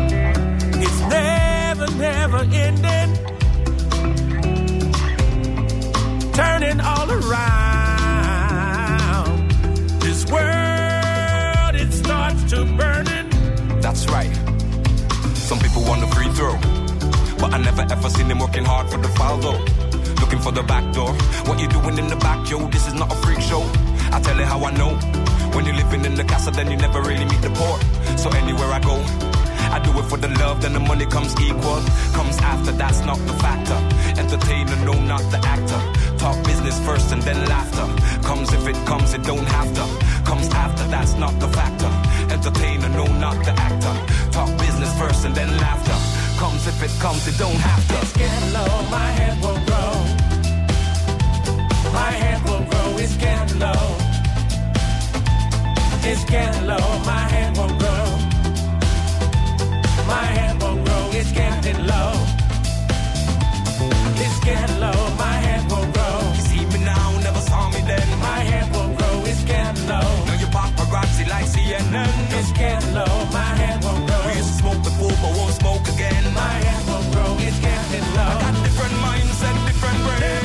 It's never, never ending. turning all around. This world, it starts to burning. That's right. Some people want the free throw, but I never ever seen them working hard for the foul though. Looking for the back door. What you doing in the back, yo? This is not a freak show. I tell you how I know. When you're living in the castle, then you never really meet the poor. So anywhere I go, I do it for the love, then the money comes equal. Comes after, that's not the factor. Entertainer, no, not the actor. Talk business first and then laughter. Comes if it comes, it don't have to. Comes after, that's not the factor. Entertainer, no, not the actor. Talk business first and then laughter. Comes if it comes, it don't have to. It's getting low, my head will grow. My head will grow, it's getting low. It's getting low, my head will grow. My head will grow, it's getting low. It's getting low, my head will grow. You see me now, never saw me then. My head will grow, it's getting low. Now you paparazzi like C N N. It's getting low, my head will grow. We used to smoke before, but won't smoke again. My head will grow, it's getting low. I got different mindset, different brain.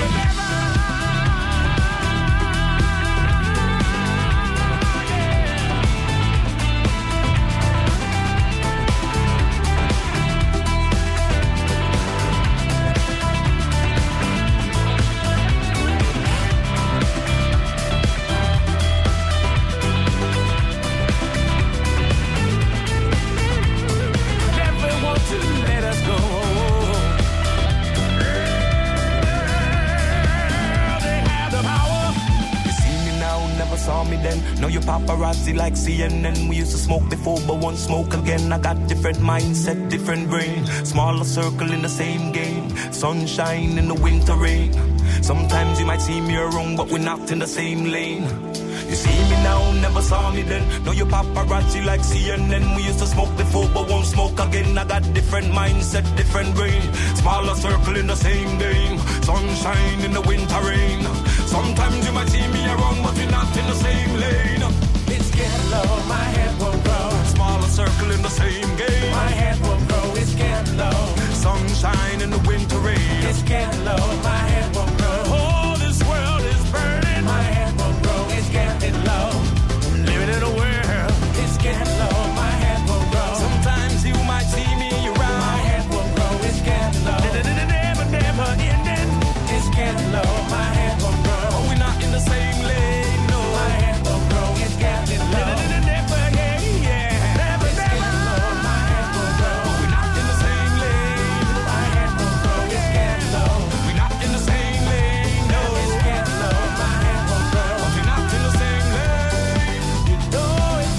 Saw me then, now you paparazzi like C N N. We used to smoke before, but won't smoke again. I got different mindset, different brain. Smaller circle in the same game. Sunshine in the winter rain. Sometimes you might see me around, but we're not in the same lane. You see me now, never saw me then. Now you paparazzi like C N N. We used to smoke before, but won't smoke again. I got different mindset, different brain. Smaller circle in the same game. Sunshine in the winter rain. Sometimes you might see me around, but we're not in the same lane. It's getting low, my head will grow. Smaller circle in the same game. My head will grow, it's getting low. Sunshine in the winter rain. It's getting low, my head will grow. Oh, this world is burning. My head will grow, it's getting low. Living in a world. It's getting low, my head will grow. Sometimes you might see me around. My head will grow, it's getting low. Never, never ending. It's getting low, my head will grow. But we're not in the same lane, no. My head will grow, it's getting low. Never, yeah, yeah. Never, it's getting low, my head will grow. But we're not in the same lane. My head will grow, it's getting low. We're not in the same lane, no. It's getting low, my head will grow. But we're not in the same lane. You know it,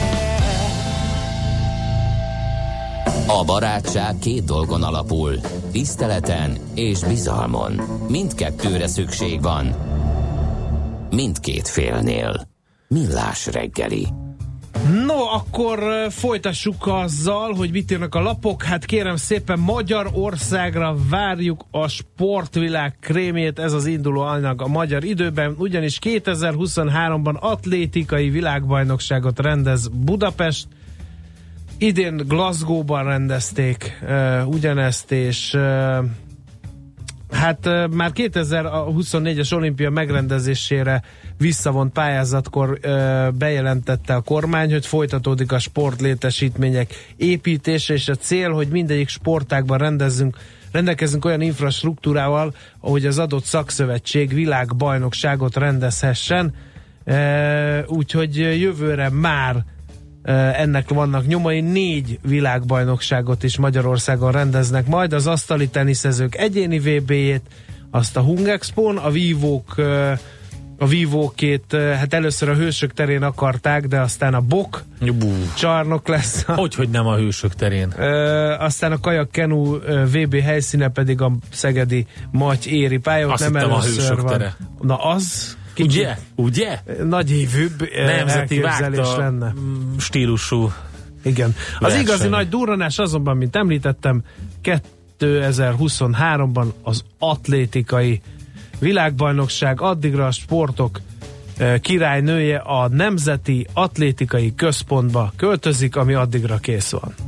yeah. A barátság két dolgon alapul. Tiszteleten és bizalmon. Mindkettőre szükség van. Mindkét félnél. Millás reggeli. No, akkor folytassuk azzal, hogy mit írnak a lapok. Hát kérem szépen, Magyarországra várjuk a sportvilág krémjét, ez az induló anyag a magyar időben, ugyanis kétezer-huszonháromban atlétikai világbajnokságot rendez Budapest. Idén Glasgow-ban rendezték uh, ugyanezt, és uh, hát uh, már kétezer-huszonnégyes olimpia megrendezésére visszavont pályázatkor uh, bejelentette a kormány, hogy folytatódik a sportlétesítmények építése, és a cél, hogy mindegyik sportágban rendezzünk, rendelkezünk olyan infrastruktúrával, ahogy az adott szakszövetség világbajnokságot rendezhessen. Uh, úgyhogy jövőre már ennek vannak nyomai, négy világbajnokságot is Magyarországon rendeznek majd, az asztali teniszezők egyéni vé bé-jét, azt a Hung Expón, a vívók a vívókét, hát először a Hősök terén akarták, de aztán a Bok Bú. csarnok lesz. Hogyhogy nem a Hősök terén. Ö, aztán a Kajak Kenu vé bé helyszíne pedig a szegedi Maty éri pálya. Azt nem hittem a Hősök van. tere. Na az Kicsit, ugye? Ugye? Nagy évűbb nemzeti elképzelés lenne. Stílusú. Igen. Az verseny. Igazi nagy durranás azonban, mint említettem, kétezer-huszonháromban az atlétikai világbajnokság, addigra a sportok királynője a Nemzeti Atlétikai Központba költözik, ami addigra kész van.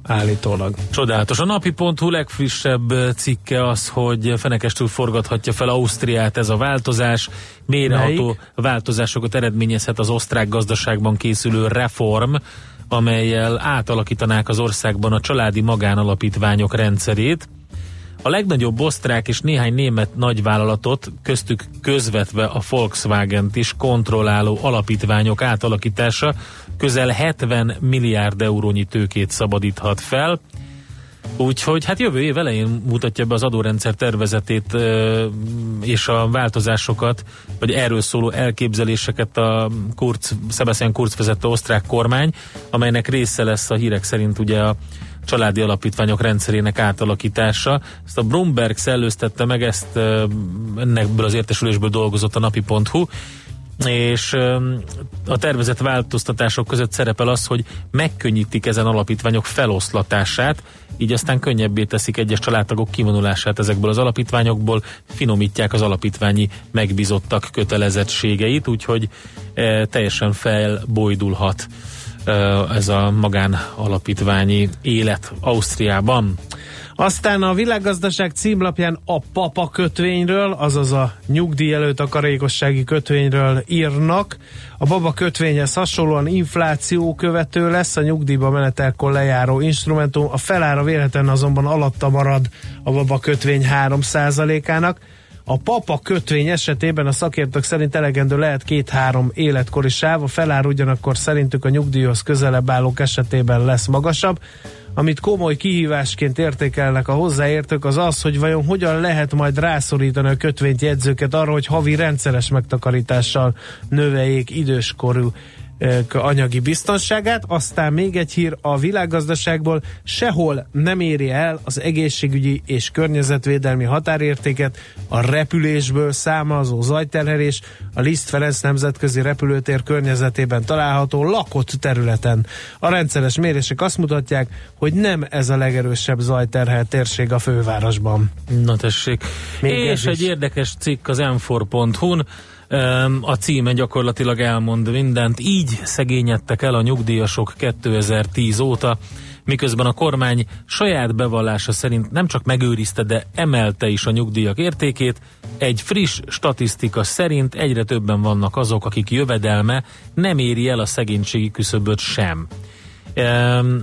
állítólag. Csodálatos. A napi pont hu legfrissebb cikke az, hogy fenekestül forgathatja fel Ausztriát ez a változás. Mélyreható Melyik? változásokat eredményezhet az osztrák gazdaságban készülő reform, amellyel átalakítanák az országban a családi magánalapítványok rendszerét. A legnagyobb osztrák és néhány német nagyvállalatot, köztük közvetve a Volkswagent is kontrolláló alapítványok átalakítása közel hetven milliárd eurónyi tőkét szabadíthat fel. Úgyhogy hát jövő év elején mutatja be az adórendszer tervezetét és a változásokat, vagy erről szóló elképzeléseket a Kurz, Sebastian Kurz vezette osztrák kormány, amelynek része lesz a hírek szerint ugye a családi alapítványok rendszerének átalakítása. Ezt a Bloomberg szellőztette meg, ezt ennekből az értesülésből dolgozott a napi pont hu, és a tervezett változtatások között szerepel az, hogy megkönnyítik ezen alapítványok feloszlatását, így aztán könnyebbé teszik egyes családtagok kivonulását ezekből az alapítványokból, finomítják az alapítványi megbízottak kötelezettségeit, úgyhogy e, teljesen felbojdulhat e, ez a magánalapítványi élet Ausztriában. Aztán a Világgazdaság címlapján a papa kötvényről, azaz a nyugdíj előtt takarékossági kötvényről írnak. A baba kötvényhez hasonlóan infláció követő lesz, a nyugdíjba menetelkor lejáró instrumentum, a felára véletlenül azonban alatta marad a baba kötvény három százalékának. A papa kötvény esetében a szakértők szerint elegendő lehet két-három életkori sáv, a felár ugyanakkor szerintük a nyugdíjhoz közelebb állók esetében lesz magasabb. Amit komoly kihívásként értékelnek a hozzáértők, az az, hogy vajon hogyan lehet majd rászorítani a kötvényt jegyzőket arra, hogy havi rendszeres megtakarítással növeljék időskorú anyagi biztonságát. Aztán még egy hír a Világgazdaságból: sehol nem éri el az egészségügyi és környezetvédelmi határértéket a repülésből származó zajterhelés a Liszt Ferenc nemzetközi repülőtér környezetében található lakott területen. A rendszeres mérések azt mutatják, hogy nem ez a legerősebb zajterhelt térség a fővárosban. Na tessék. Még és egy érdekes cikk az em négy pont hu-n. A címe gyakorlatilag elmond mindent. Így szegényedtek el a nyugdíjasok kétezer-tíz óta, miközben a kormány saját bevallása szerint nem csak megőrizte, de emelte is a nyugdíjak értékét. Egy friss statisztika szerint egyre többen vannak azok, akik jövedelme nem éri el a szegénységi küszöböt sem. Um,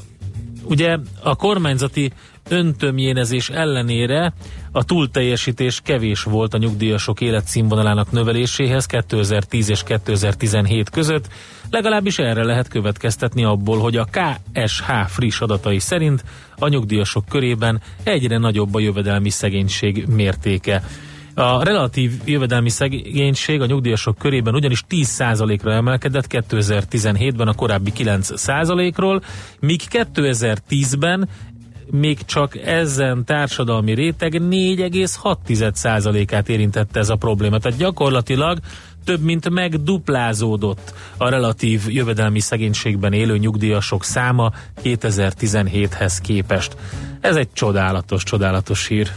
ugye a kormányzati öntömjénezés ellenére a túlteljesítés kevés volt a nyugdíjasok életszínvonalának növeléséhez kétezer-tíz és kétezer-tizenhét között, legalábbis erre lehet következtetni abból, hogy a ká es há friss adatai szerint a nyugdíjasok körében egyre nagyobb a jövedelmi szegénység mértéke. A relatív jövedelmi szegénység a nyugdíjasok körében ugyanis tíz százalékra emelkedett kétezer-tizenhétben a korábbi kilenc százalékról, míg kétezer-tízben még csak ezen társadalmi réteg négy egész hat százalékát érintette ez a probléma. Tehát gyakorlatilag több mint megduplázódott a relatív jövedelmi szegénységben élő nyugdíjasok száma kétezer-tizenhéthez képest. Ez egy csodálatos, csodálatos hír.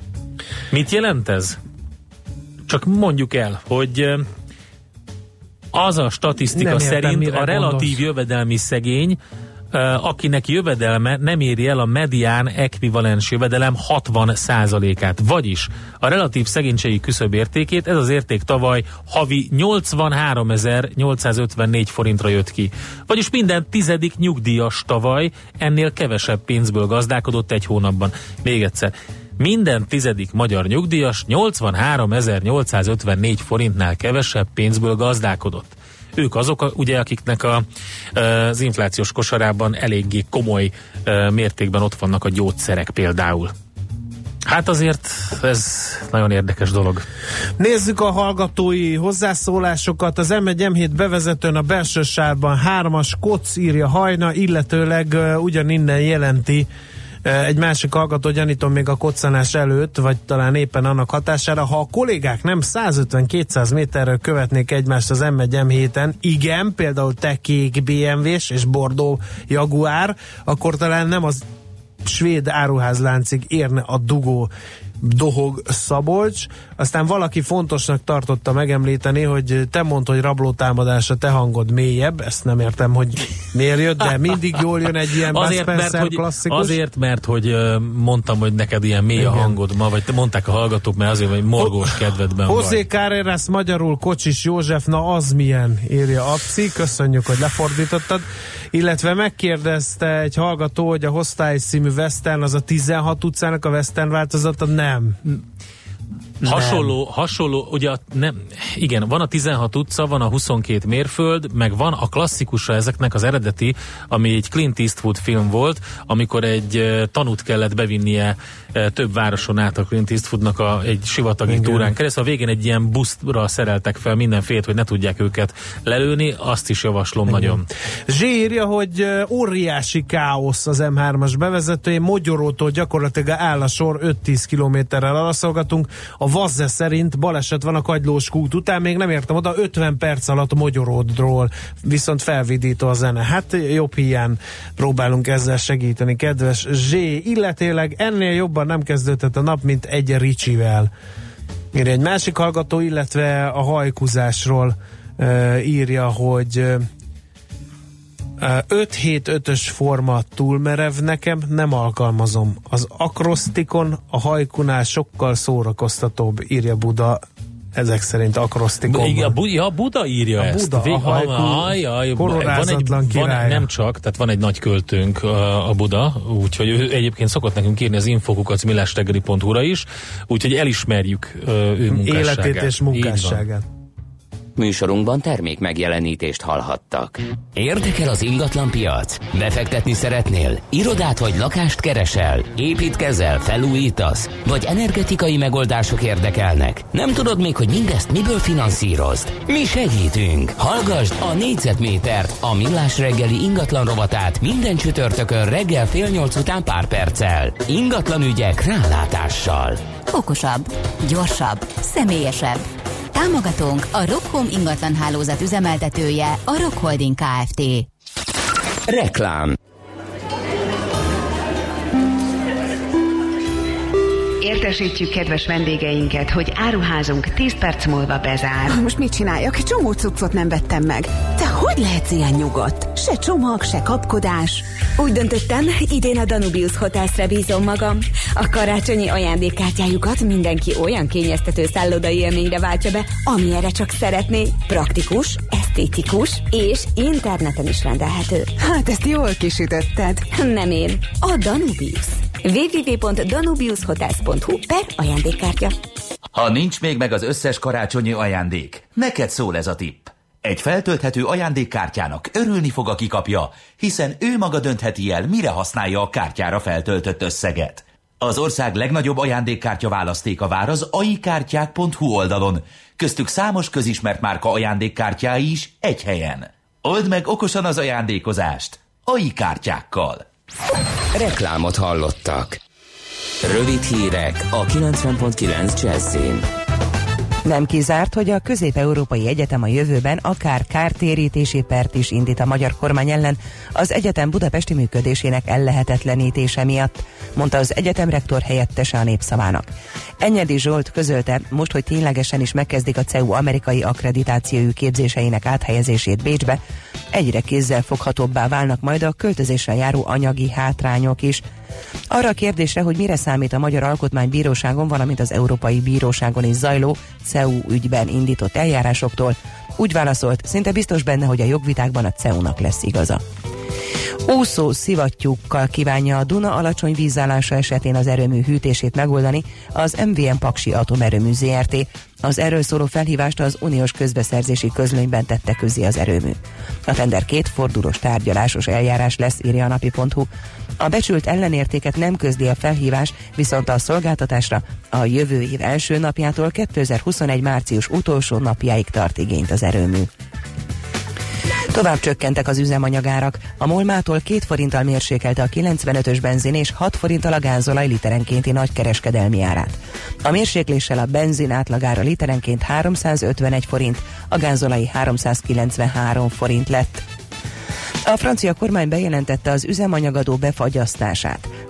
Mit jelent ez? Csak mondjuk el, hogy az a statisztika szerint a relatív gondolsz. jövedelmi szegény, akinek jövedelme nem éri el a medián ekvivalens jövedelem hatvan százalékát. Vagyis a relatív szegénységi küszöbértékét ez az érték tavaly havi nyolcvanháromezer-nyolcszázötvennégy forintra jött ki. Vagyis minden tizedik nyugdíjas tavaly ennél kevesebb pénzből gazdálkodott egy hónapban. Még egyszer. Minden tizedik magyar nyugdíjas nyolcvanháromezer-nyolcszázötvennégy forintnál kevesebb pénzből gazdálkodott. Ők azok, ugye, akiknek a, az inflációs kosarában eléggé komoly mértékben ott vannak a gyógyszerek például. Hát azért ez nagyon érdekes dolog. Nézzük a hallgatói hozzászólásokat. Az em egy em hét bevezetőn a belső sávban hármas koc, írja Hajna, illetőleg ugyaninnen jelenti egy másik hallgató, gyanítom még a koccanás előtt, vagy talán éppen annak hatására, ha a kollégák nem százötven-kétszáz méterről követnék egymást az em egy em héten, igen, például te kék bé em vés és bordó Jaguar, akkor talán nem az svéd áruházláncig érne a dugó. dohog Szabolcs. Aztán valaki fontosnak tartotta megemlíteni, hogy te mondd, hogy rablótámadás, a te hangod mélyebb, ezt nem értem, hogy miért jött, de mindig jól jön egy ilyen azért, mert, hogy, klasszikus. Azért, mert hogy mondtam, hogy neked ilyen mély a hangod ma, vagy te mondták a hallgatók, mert azért, hogy morgós kedvedben vagy. José Carreras magyarul Kocsis József, na az milyen, írja Abci, köszönjük, hogy lefordítottad. Illetve megkérdezte egy hallgató, hogy a Hostály című Western az a tizenhat utcának a Western változata, nem. Hasonló, hasonló, ugye nem, igen, van a tizenhat utca, van a huszonkét mérföld, meg van a klasszikusa ezeknek az eredeti, ami egy Clint Eastwood film volt, amikor egy uh, tanút kellett bevinnie uh, több városon át a Clint Eastwoodnak a, egy sivatagi igen. túrán keresztül. A végén egy ilyen buszra szereltek fel mindenfélt, hogy ne tudják őket lelőni, azt is javaslom igen. nagyon. Zsé írja, hogy uh, óriási káosz az em hármas bevezetőjén, Mogyorótól gyakorlatilag áll a sor, öt-tíz kilométerrel alaszolgatunk. A Vazze szerint baleset van a Kagylós kút után, még nem értem oda, ötven perc alatt Mogyoródról, viszont felvidító a zene. Hát jobb hiány próbálunk ezzel segíteni, kedves Zsé, illetőleg ennél jobban nem kezdődhet a nap, mint egy Ricsivel. Írja egy másik hallgató, illetve a hajkuzásról uh, írja, hogy uh, öt hét ötös forma túl merev nekem, nem alkalmazom. Az akrosztikon a hajkunál sokkal szórakoztatóbb, írja Buda. Ezek szerint akrosztikon. Igen, a, Bu- ja, a Buda írja a ezt. Buda, a hajkú, ajaj, kororázatlan királya. Nem csak, tehát van egy nagy költőnk a, a Buda, úgyhogy ő egyébként szokott nekünk írni az infokukat millástegeli pont hu-ra is, úgyhogy elismerjük ő munkásságát. Életét és munkásságát. Műsorunkban termék megjelenítést hallhattak. Érdekel az ingatlan piac? Befektetni szeretnél? Irodát vagy lakást keresel? Építkezel, felújítasz? Vagy energetikai megoldások érdekelnek? Nem tudod még, hogy mindezt miből finanszírozd? Mi segítünk! Hallgasd a Négyzetmétert, a Millás reggeli ingatlan rovatát minden csütörtökön reggel fél nyolc után pár perccel. Ingatlan ügyek rálátással. Okosabb, gyorsabb, személyesebb. Támogatónk a Rockhome ingatlan hálózat üzemeltetője, a Rock Holding Kft. Reklám. Értesítjük kedves vendégeinket, hogy áruházunk tíz perc múlva bezár. Most mit csináljak? Egy csomó cuccot nem vettem meg. Te hogy lehetsz ilyen nyugodt? Se csomag, se kapkodás. Úgy döntöttem, idén a Danubius Hotelsre bízom magam. A karácsonyi ajándékkártyájukat mindenki olyan kényeztető szállodai élményre váltsa be, amilyenre csak szeretné. Praktikus, esztétikus és interneten is rendelhető. Hát ezt jól kisütötted. Nem én, a Danubius. double-u double-u double-u pont danubius hotels pont hu per ajándékkártya. Ha nincs még meg az összes karácsonyi ajándék, neked szól ez a tipp. Egy feltölthető ajándékkártyának örülni fog, aki kapja, hiszen ő maga döntheti el, mire használja a kártyára feltöltött összeget. Az ország legnagyobb ajándékkártya választéka vár az aikártyák pont hu oldalon, köztük számos közismert márka ajándékkártyái is egy helyen. Old meg okosan az ajándékozást á i kártyákkal. Reklámot hallottak. Rövid hírek a kilencven pont kilenc Jazzin. Nem kizárt, hogy a Közép-Európai Egyetem a jövőben akár kártérítési pert is indít a magyar kormány ellen az egyetem budapesti működésének ellehetetlenítése miatt, mondta az egyetem rektor helyettese a Népszavának. Enyedi Zsolt közölte, most, hogy ténylegesen is megkezdik a cé e u amerikai akkreditációjú képzéseinek áthelyezését Bécsbe, egyre kézzelfoghatóbbá válnak majd a költözéssel járó anyagi hátrányok is. Arra a kérdésre, hogy mire számít a Magyar Alkotmánybíróságon, valamint az Európai Bíróságon is zajló cé e u ügyben indított eljárásoktól, úgy válaszolt, szinte biztos benne, hogy a jogvitákban a cé e u-nak lesz igaza. Úszó szivattyúkkal kívánja a Duna alacsony vízállása esetén az erőmű hűtését megoldani az em vé em Paksi Atomerőmű zé er té. Az erről szóló felhívást az uniós közbeszerzési közlönyben tette közé az erőmű. A tender két fordulós tárgyalásos eljárás lesz, írja a napi pont hu. A becsült ellenértéket nem közli a felhívás, viszont a szolgáltatásra a jövő év első napjától kétezer-huszonegy március utolsó napjáig tart igényt az erőmű. Tovább csökkentek az üzemanyagárak. A Molmától két forinttal mérsékelte a kilencvenötös benzin és hat forinttal a gázolaj literenkénti nagykereskedelmi árát. A mérsékléssel a benzin átlagára literenként háromszázötvenegy forint, a gázolai háromszázkilencvenhárom forint lett. A francia kormány bejelentette az üzemanyagadó befagyasztását.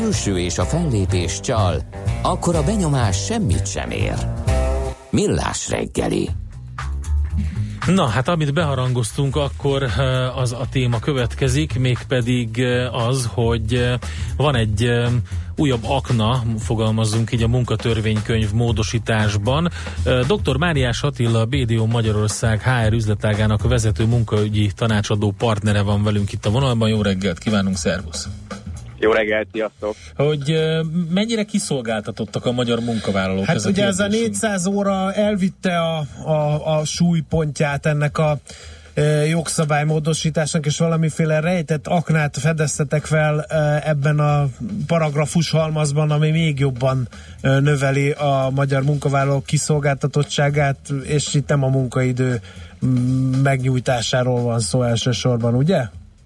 külső és a fellépés csal, akkor a benyomás semmit sem ér. Millás reggeli. Na, hát amit beharangoztunk, akkor az a téma következik, mégpedig az, hogy van egy újabb akna, fogalmazzunk így a munkatörvénykönyv módosításban. doktor Máriás Attila, bé dé o Magyarország há er üzletágának vezető munkaügyi tanácsadó partnere van velünk itt a vonalban. Jó reggelt kívánunk, szervusz! Jó reggelt, sziasztok! Hogy mennyire kiszolgáltatottak a magyar munkavállalók? Hát ez ugye a ez a négyszáz óra elvitte a, a, a súlypontját ennek a e, jogszabálymódosításnak, és valamiféle rejtett aknát fedeztetek fel e, ebben a paragrafus halmazban, ami még jobban e, növeli a magyar munkavállalók kiszolgáltatottságát, és itt nem a munkaidő megnyújtásáról van szó elsősorban, ugye?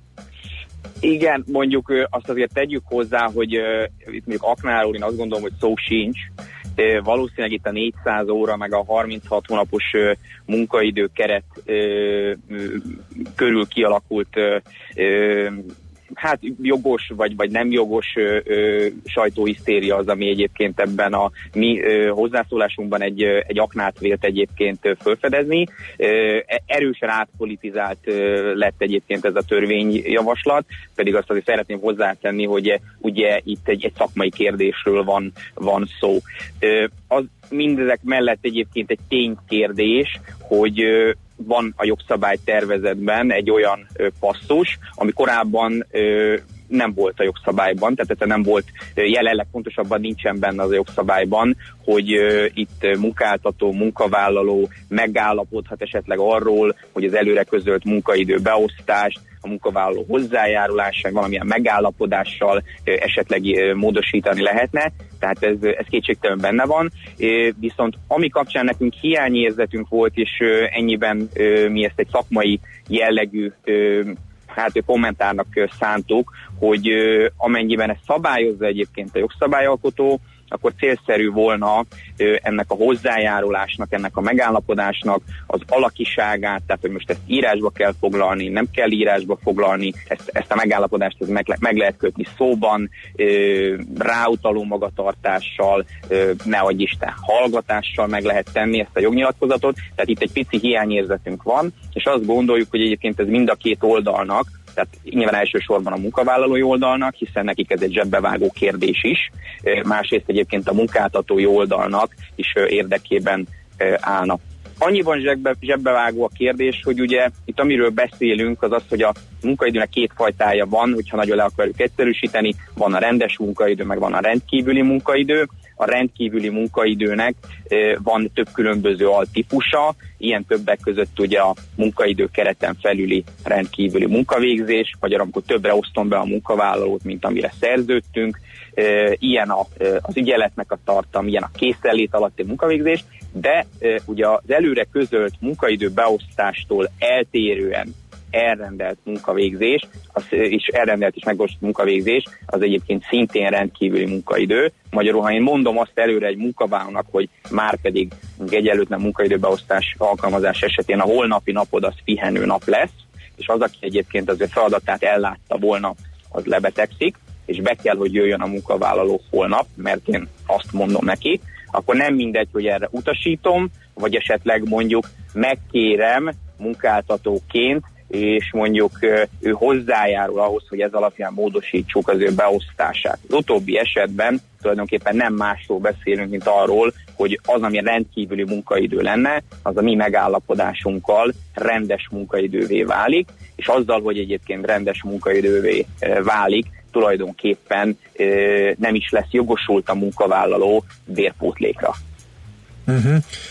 Igen, mondjuk azt azért tegyük hozzá, hogy uh, itt mondjuk aknáról én azt gondolom, hogy szó sincs. Uh, valószínűleg itt a négyszáz óra meg a harminchat hónapos uh, munkaidő keret uh, uh, körül kialakult uh, uh, hát jogos vagy, vagy nem jogos ö, ö, sajtóhisztéria az, ami egyébként ebben a mi ö, hozzászólásunkban egy, ö, egy aknát vélt egyébként ö, felfedezni. Ö, erősen átpolitizált ö, lett egyébként ez a törvényjavaslat, pedig azt azért szeretném hozzátenni, hogy ugye itt egy, egy szakmai kérdésről van, van szó. Ö, az mindezek mellett egyébként egy ténykérdés, hogy ö, van a jogszabálytervezetben egy olyan ö, passzus, ami korábban ö, nem volt a jogszabályban, tehát ez nem volt, jelenleg pontosabban nincsen benne az a jogszabályban, hogy ö, itt munkáltató, munkavállaló megállapodhat esetleg arról, hogy az előre közölt munkaidő beosztást, a munkavállaló hozzájárulással, valamilyen megállapodással ö, esetleg ö, módosítani lehetne, tehát ez, ez kétségtelen benne van, ö, viszont ami kapcsán nekünk hiányérzetünk volt, és ö, ennyiben ö, mi ezt egy szakmai jellegű ö, hát kommentárnak szántuk, hogy ö, amennyiben ezt szabályozza egyébként a jogszabályalkotó, akkor célszerű volna ö, ennek a hozzájárulásnak, ennek a megállapodásnak az alakiságát, tehát hogy most ezt írásba kell foglalni, nem kell írásba foglalni, ezt, ezt a megállapodást ez meg, meg lehet kötni szóban, ö, ráutaló magatartással, ö, ne adj Isten, hallgatással meg lehet tenni ezt a jognyilatkozatot, tehát itt egy pici hiányérzetünk van, és azt gondoljuk, hogy egyébként ez mind a két oldalnak, tehát nyilván elsősorban a munkavállalói oldalnak, hiszen nekik ez egy zsebbevágó kérdés is, másrészt egyébként a munkáltatói oldalnak is érdekében állna. Annyiban zsebbe, zsebbevágó a kérdés, hogy ugye itt amiről beszélünk, az az, hogy a munkaidőnek két fajtája van, hogyha nagyon le akarjuk egyszerűsíteni, van a rendes munkaidő, meg van a rendkívüli munkaidő. A rendkívüli munkaidőnek van több különböző altípusa, ilyen többek között ugye a munkaidő kereten felüli rendkívüli munkavégzés, vagy amikor többre osztom be a munkavállalót, mint amire szerződtünk, ilyen a, az ügyeletnek a tartalma, ilyen a készenlét alatti munkavégzés, de ugye az előre közölt munkaidő beosztástól eltérően elrendelt munkavégzés, az, és elrendelt és megvalósított munkavégzés, az egyébként szintén rendkívüli munkaidő. Magyarul, ha én mondom azt előre egy munkavállalónak, hogy már pedig egy előtt munkaidőbeosztás alkalmazás esetén a holnapi napod az pihenő nap lesz, és az, aki egyébként az ő feladatát ellátta volna, az lebetegszik, és be kell, hogy jöjjön a munkavállaló holnap, mert én azt mondom neki, akkor nem mindegy, hogy erre utasítom, vagy esetleg mondjuk megkérem munkáltatóként, és mondjuk ő hozzájárul ahhoz, hogy ez alapján módosítsuk az ő beosztását. Az utóbbi esetben tulajdonképpen nem másról beszélünk, mint arról, hogy az, ami rendkívüli munkaidő lenne, az a mi megállapodásunkkal rendes munkaidővé válik, és azzal, hogy egyébként rendes munkaidővé válik, tulajdonképpen nem is lesz jogosult a munkavállaló bérpótlékra. Uh-huh.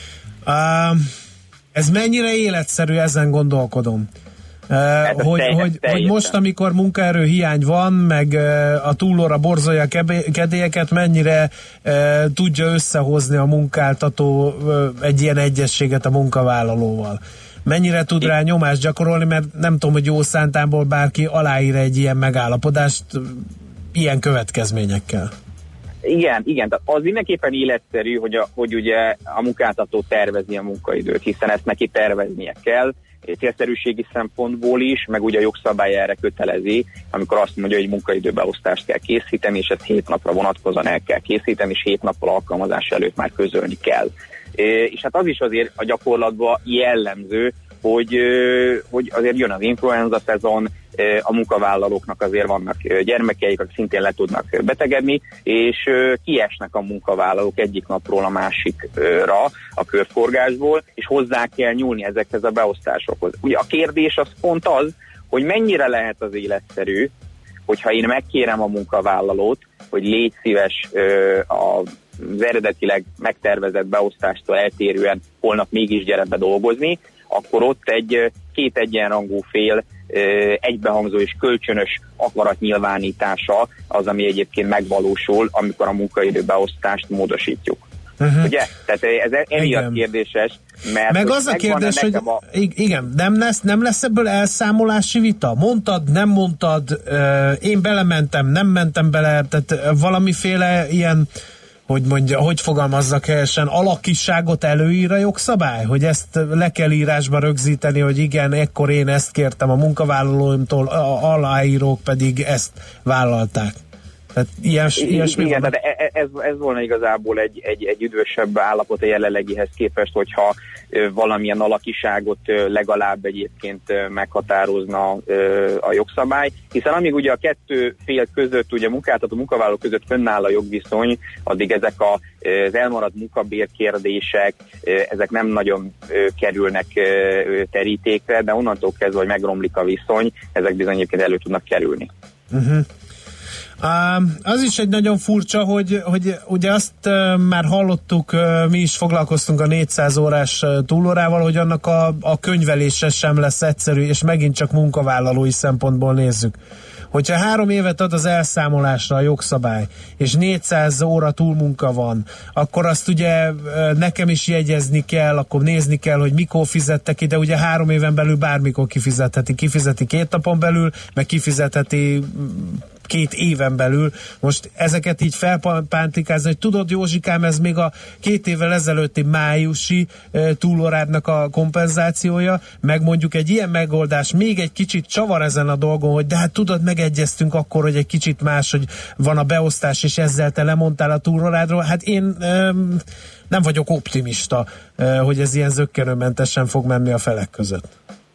Uh, ez mennyire életszerű, ezen gondolkodom. Uh, hogy, teljes, hogy, hogy most, amikor munkaerő hiány van, meg uh, a túlóra borzolja a kebé- kedélyeket, mennyire uh, tudja összehozni a munkáltató uh, egy ilyen egyességet a munkavállalóval. Mennyire tud rá nyomást gyakorolni, mert nem tudom, hogy jó szántából bárki aláír egy ilyen megállapodást uh, ilyen következményekkel. Igen, igen, tehát az mindenképpen életszerű, hogy, a, hogy ugye a munkáltató tervezi a munkaidőt, hiszen ezt neki terveznie kell, célszerűségi szempontból is, meg ugye a jogszabály erre kötelezi, amikor azt mondja, hogy munkaidőbeosztást kell készíteni, és ezt hét napra vonatkozóan el kell készíteni, és hét nappal alkalmazás előtt már közölni kell. És hát az is azért a gyakorlatban jellemző, hogy, hogy azért jön az influenza szezon, a munkavállalóknak azért vannak gyermekeik, akik szintén le tudnak betegedni, és kiesnek a munkavállalók egyik napról a másikra a körforgásból, és hozzá kell nyúlni ezekhez a beosztásokhoz. Ugye a kérdés az pont az, hogy mennyire lehet az életszerű, hogyha én megkérem a munkavállalót, hogy légy szíves az eredetileg megtervezett beosztástól eltérően holnap mégis gyere be dolgozni, akkor ott egy két egyenrangú fél egybehangzó és kölcsönös akaratnyilvánítása az, ami egyébként megvalósul, amikor a munkaidőbeosztást módosítjuk. Uh-huh. Ugye? Tehát ez emiatt kérdéses, mert meg az a kérdés, hogy a... igen, nem lesz, nem lesz ebből elszámolási vita? Mondtad, nem mondtad, én belementem, nem mentem bele, tehát valamiféle ilyen, hogy mondja, hogy fogalmazzak helyesen, alakiságot előír a jogszabály? Hogy ezt le kell írásba rögzíteni, hogy igen, ekkor én ezt kértem a munkavállalóimtól, a aláírók pedig ezt vállalták. Tehát ilyes, ilyesmi igen, tehát ez, ez volna igazából egy, egy, egy üdvösebb állapot a jelenlegihez képest, hogyha valamilyen alakiságot legalább egyébként meghatározna a jogszabály, hiszen amíg ugye a kettő fél között, ugye munkáltató munkavállaló között fönnáll a jogviszony, addig ezek a, az elmaradt munkabérkérdések, ezek nem nagyon kerülnek terítékre, de onnantól kezdve, hogy megromlik a viszony, ezek bizony egyébként elő tudnak kerülni. Uh-huh. Uh, az is egy nagyon furcsa, hogy, hogy ugye azt uh, már hallottuk, uh, mi is foglalkoztunk a négyszáz órás uh, túlórával, hogy annak a, a könyvelése sem lesz egyszerű, és megint csak munkavállalói szempontból nézzük. Hogyha három évet ad az elszámolásra a jogszabály, és négyszáz óra túlmunka van, akkor azt ugye nekem is jegyezni kell, akkor nézni kell, hogy mikor fizettek ide, ugye három éven belül bármikor kifizetheti. Kifizeti két napon belül, meg kifizetheti két éven belül. Most ezeket így felpántikázni, hogy tudod, Józsikám, ez még a két évvel ezelőtti májusi e, túlórádnak a kompenzációja, meg mondjuk egy ilyen megoldás még egy kicsit csavar ezen a dolgon, hogy de hát tudod, megegyeztünk akkor, hogy egy kicsit más, hogy van a beosztás, és ezzel te lemondtál a túlórádról. Hát én e, nem vagyok optimista, e, hogy ez ilyen zökkenőmentesen fog menni a felek között.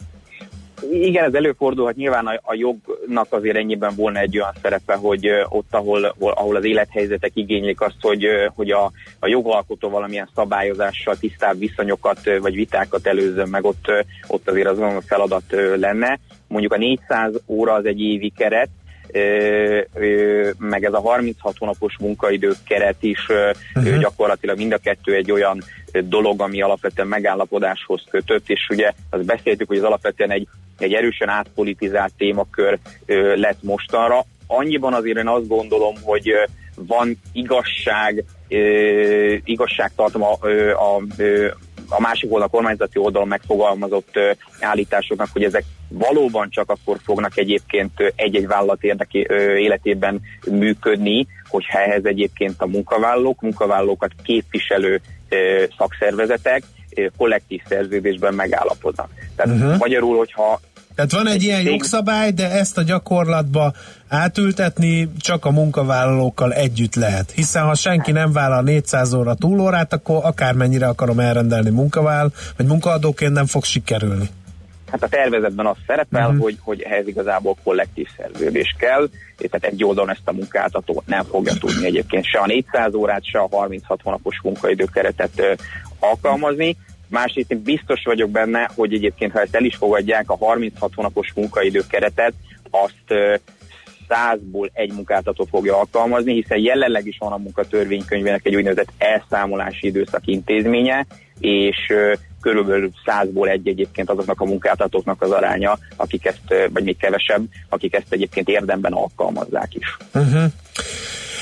Igen, ez előfordulhat, nyilván a, a jognak azért ennyiben volna egy olyan szerepe, hogy ott, ahol, ahol az élethelyzetek igénylik azt, hogy, hogy a, a jogalkotó valamilyen szabályozással tisztább viszonyokat vagy vitákat előzzön meg, ott, ott azért az olyan feladat lenne. Mondjuk a négyszáz óra az egy évi keret, Ö, ö, meg ez a harminchat hónapos munkaidő keret is uh-huh. gyakorlatilag mind a kettő egy olyan dolog, ami alapvetően megállapodáshoz kötött, és ugye azt beszéltük, hogy ez alapvetően egy, egy erősen átpolitizált témakör ö, lett mostanra. Annyiban azért én azt gondolom, hogy van igazság, ö, igazságtartom a, a, a a másik oldal, a kormányzati oldalon megfogalmazott ö, állításoknak, hogy ezek valóban csak akkor fognak egyébként egy-egy vállalat érdeké, ö, életében működni, hogyha ehhez egyébként a munkavállalók, munkavállalókat képviselő ö, szakszervezetek ö, kollektív szerződésben megállapodnak. Tehát uh-huh. magyarul, hogyha Tehát van egy ilyen jogszabály, de ezt a gyakorlatba átültetni csak a munkavállalókkal együtt lehet. Hiszen ha senki nem vállal négyszáz óra túlórát, akkor akármennyire akarom elrendelni munkavállaló, vagy munkaadóként nem fog sikerülni. Hát a tervezetben az szerepel, uh-huh. hogy, hogy ehhez igazából kollektív szerződés kell, tehát egy oldalon ezt a munkáltató nem fogja tudni egyébként se a négyszáz órát, se a harminchat hónapos munkaidőkeretet ö, alkalmazni. Másrészt én biztos vagyok benne, hogy egyébként, ha ezt el is fogadják, a harminchat hónapos munkaidőkeretet, azt százból egy munkáltató fogja alkalmazni, hiszen jelenleg is van a munkatörvénykönyvének egy úgynevezett elszámolási időszak intézménye, és körülbelül százból egy egyébként azoknak a munkáltatóknak az aránya, akik ezt, vagy még kevesebb, akik ezt egyébként érdemben alkalmazzák is. Uh-huh.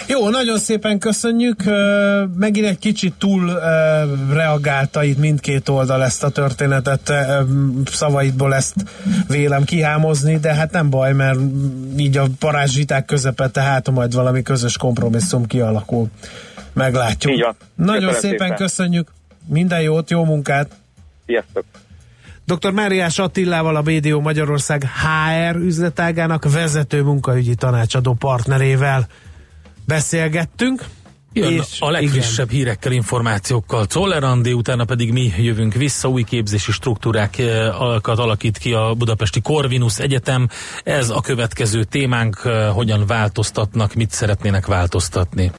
Jó, nagyon szépen köszönjük. Megint egy kicsit túl reagálta itt mindkét oldal ezt a történetet, szavaidból ezt vélem kihámozni, de hát nem baj, mert így a parázsviták közepette hát majd valami közös kompromisszum kialakul. Meglátjuk. Így van. Nagyon Köszönöm szépen, szépen köszönjük. Minden jót, jó munkát. Sziasztok. doktor Máriás Attilával, a bé dé o Magyarország há er üzletágának vezető munkaügyi tanácsadó partnerével beszélgettünk. Jön és a legfrissebb igen. hírekkel, információkkal Czoller Andi, utána pedig mi jövünk vissza, új képzési struktúrákat alakít ki a Budapesti Corvinus Egyetem. Ez a következő témánk, hogyan változtatnak, mit szeretnének változtatni.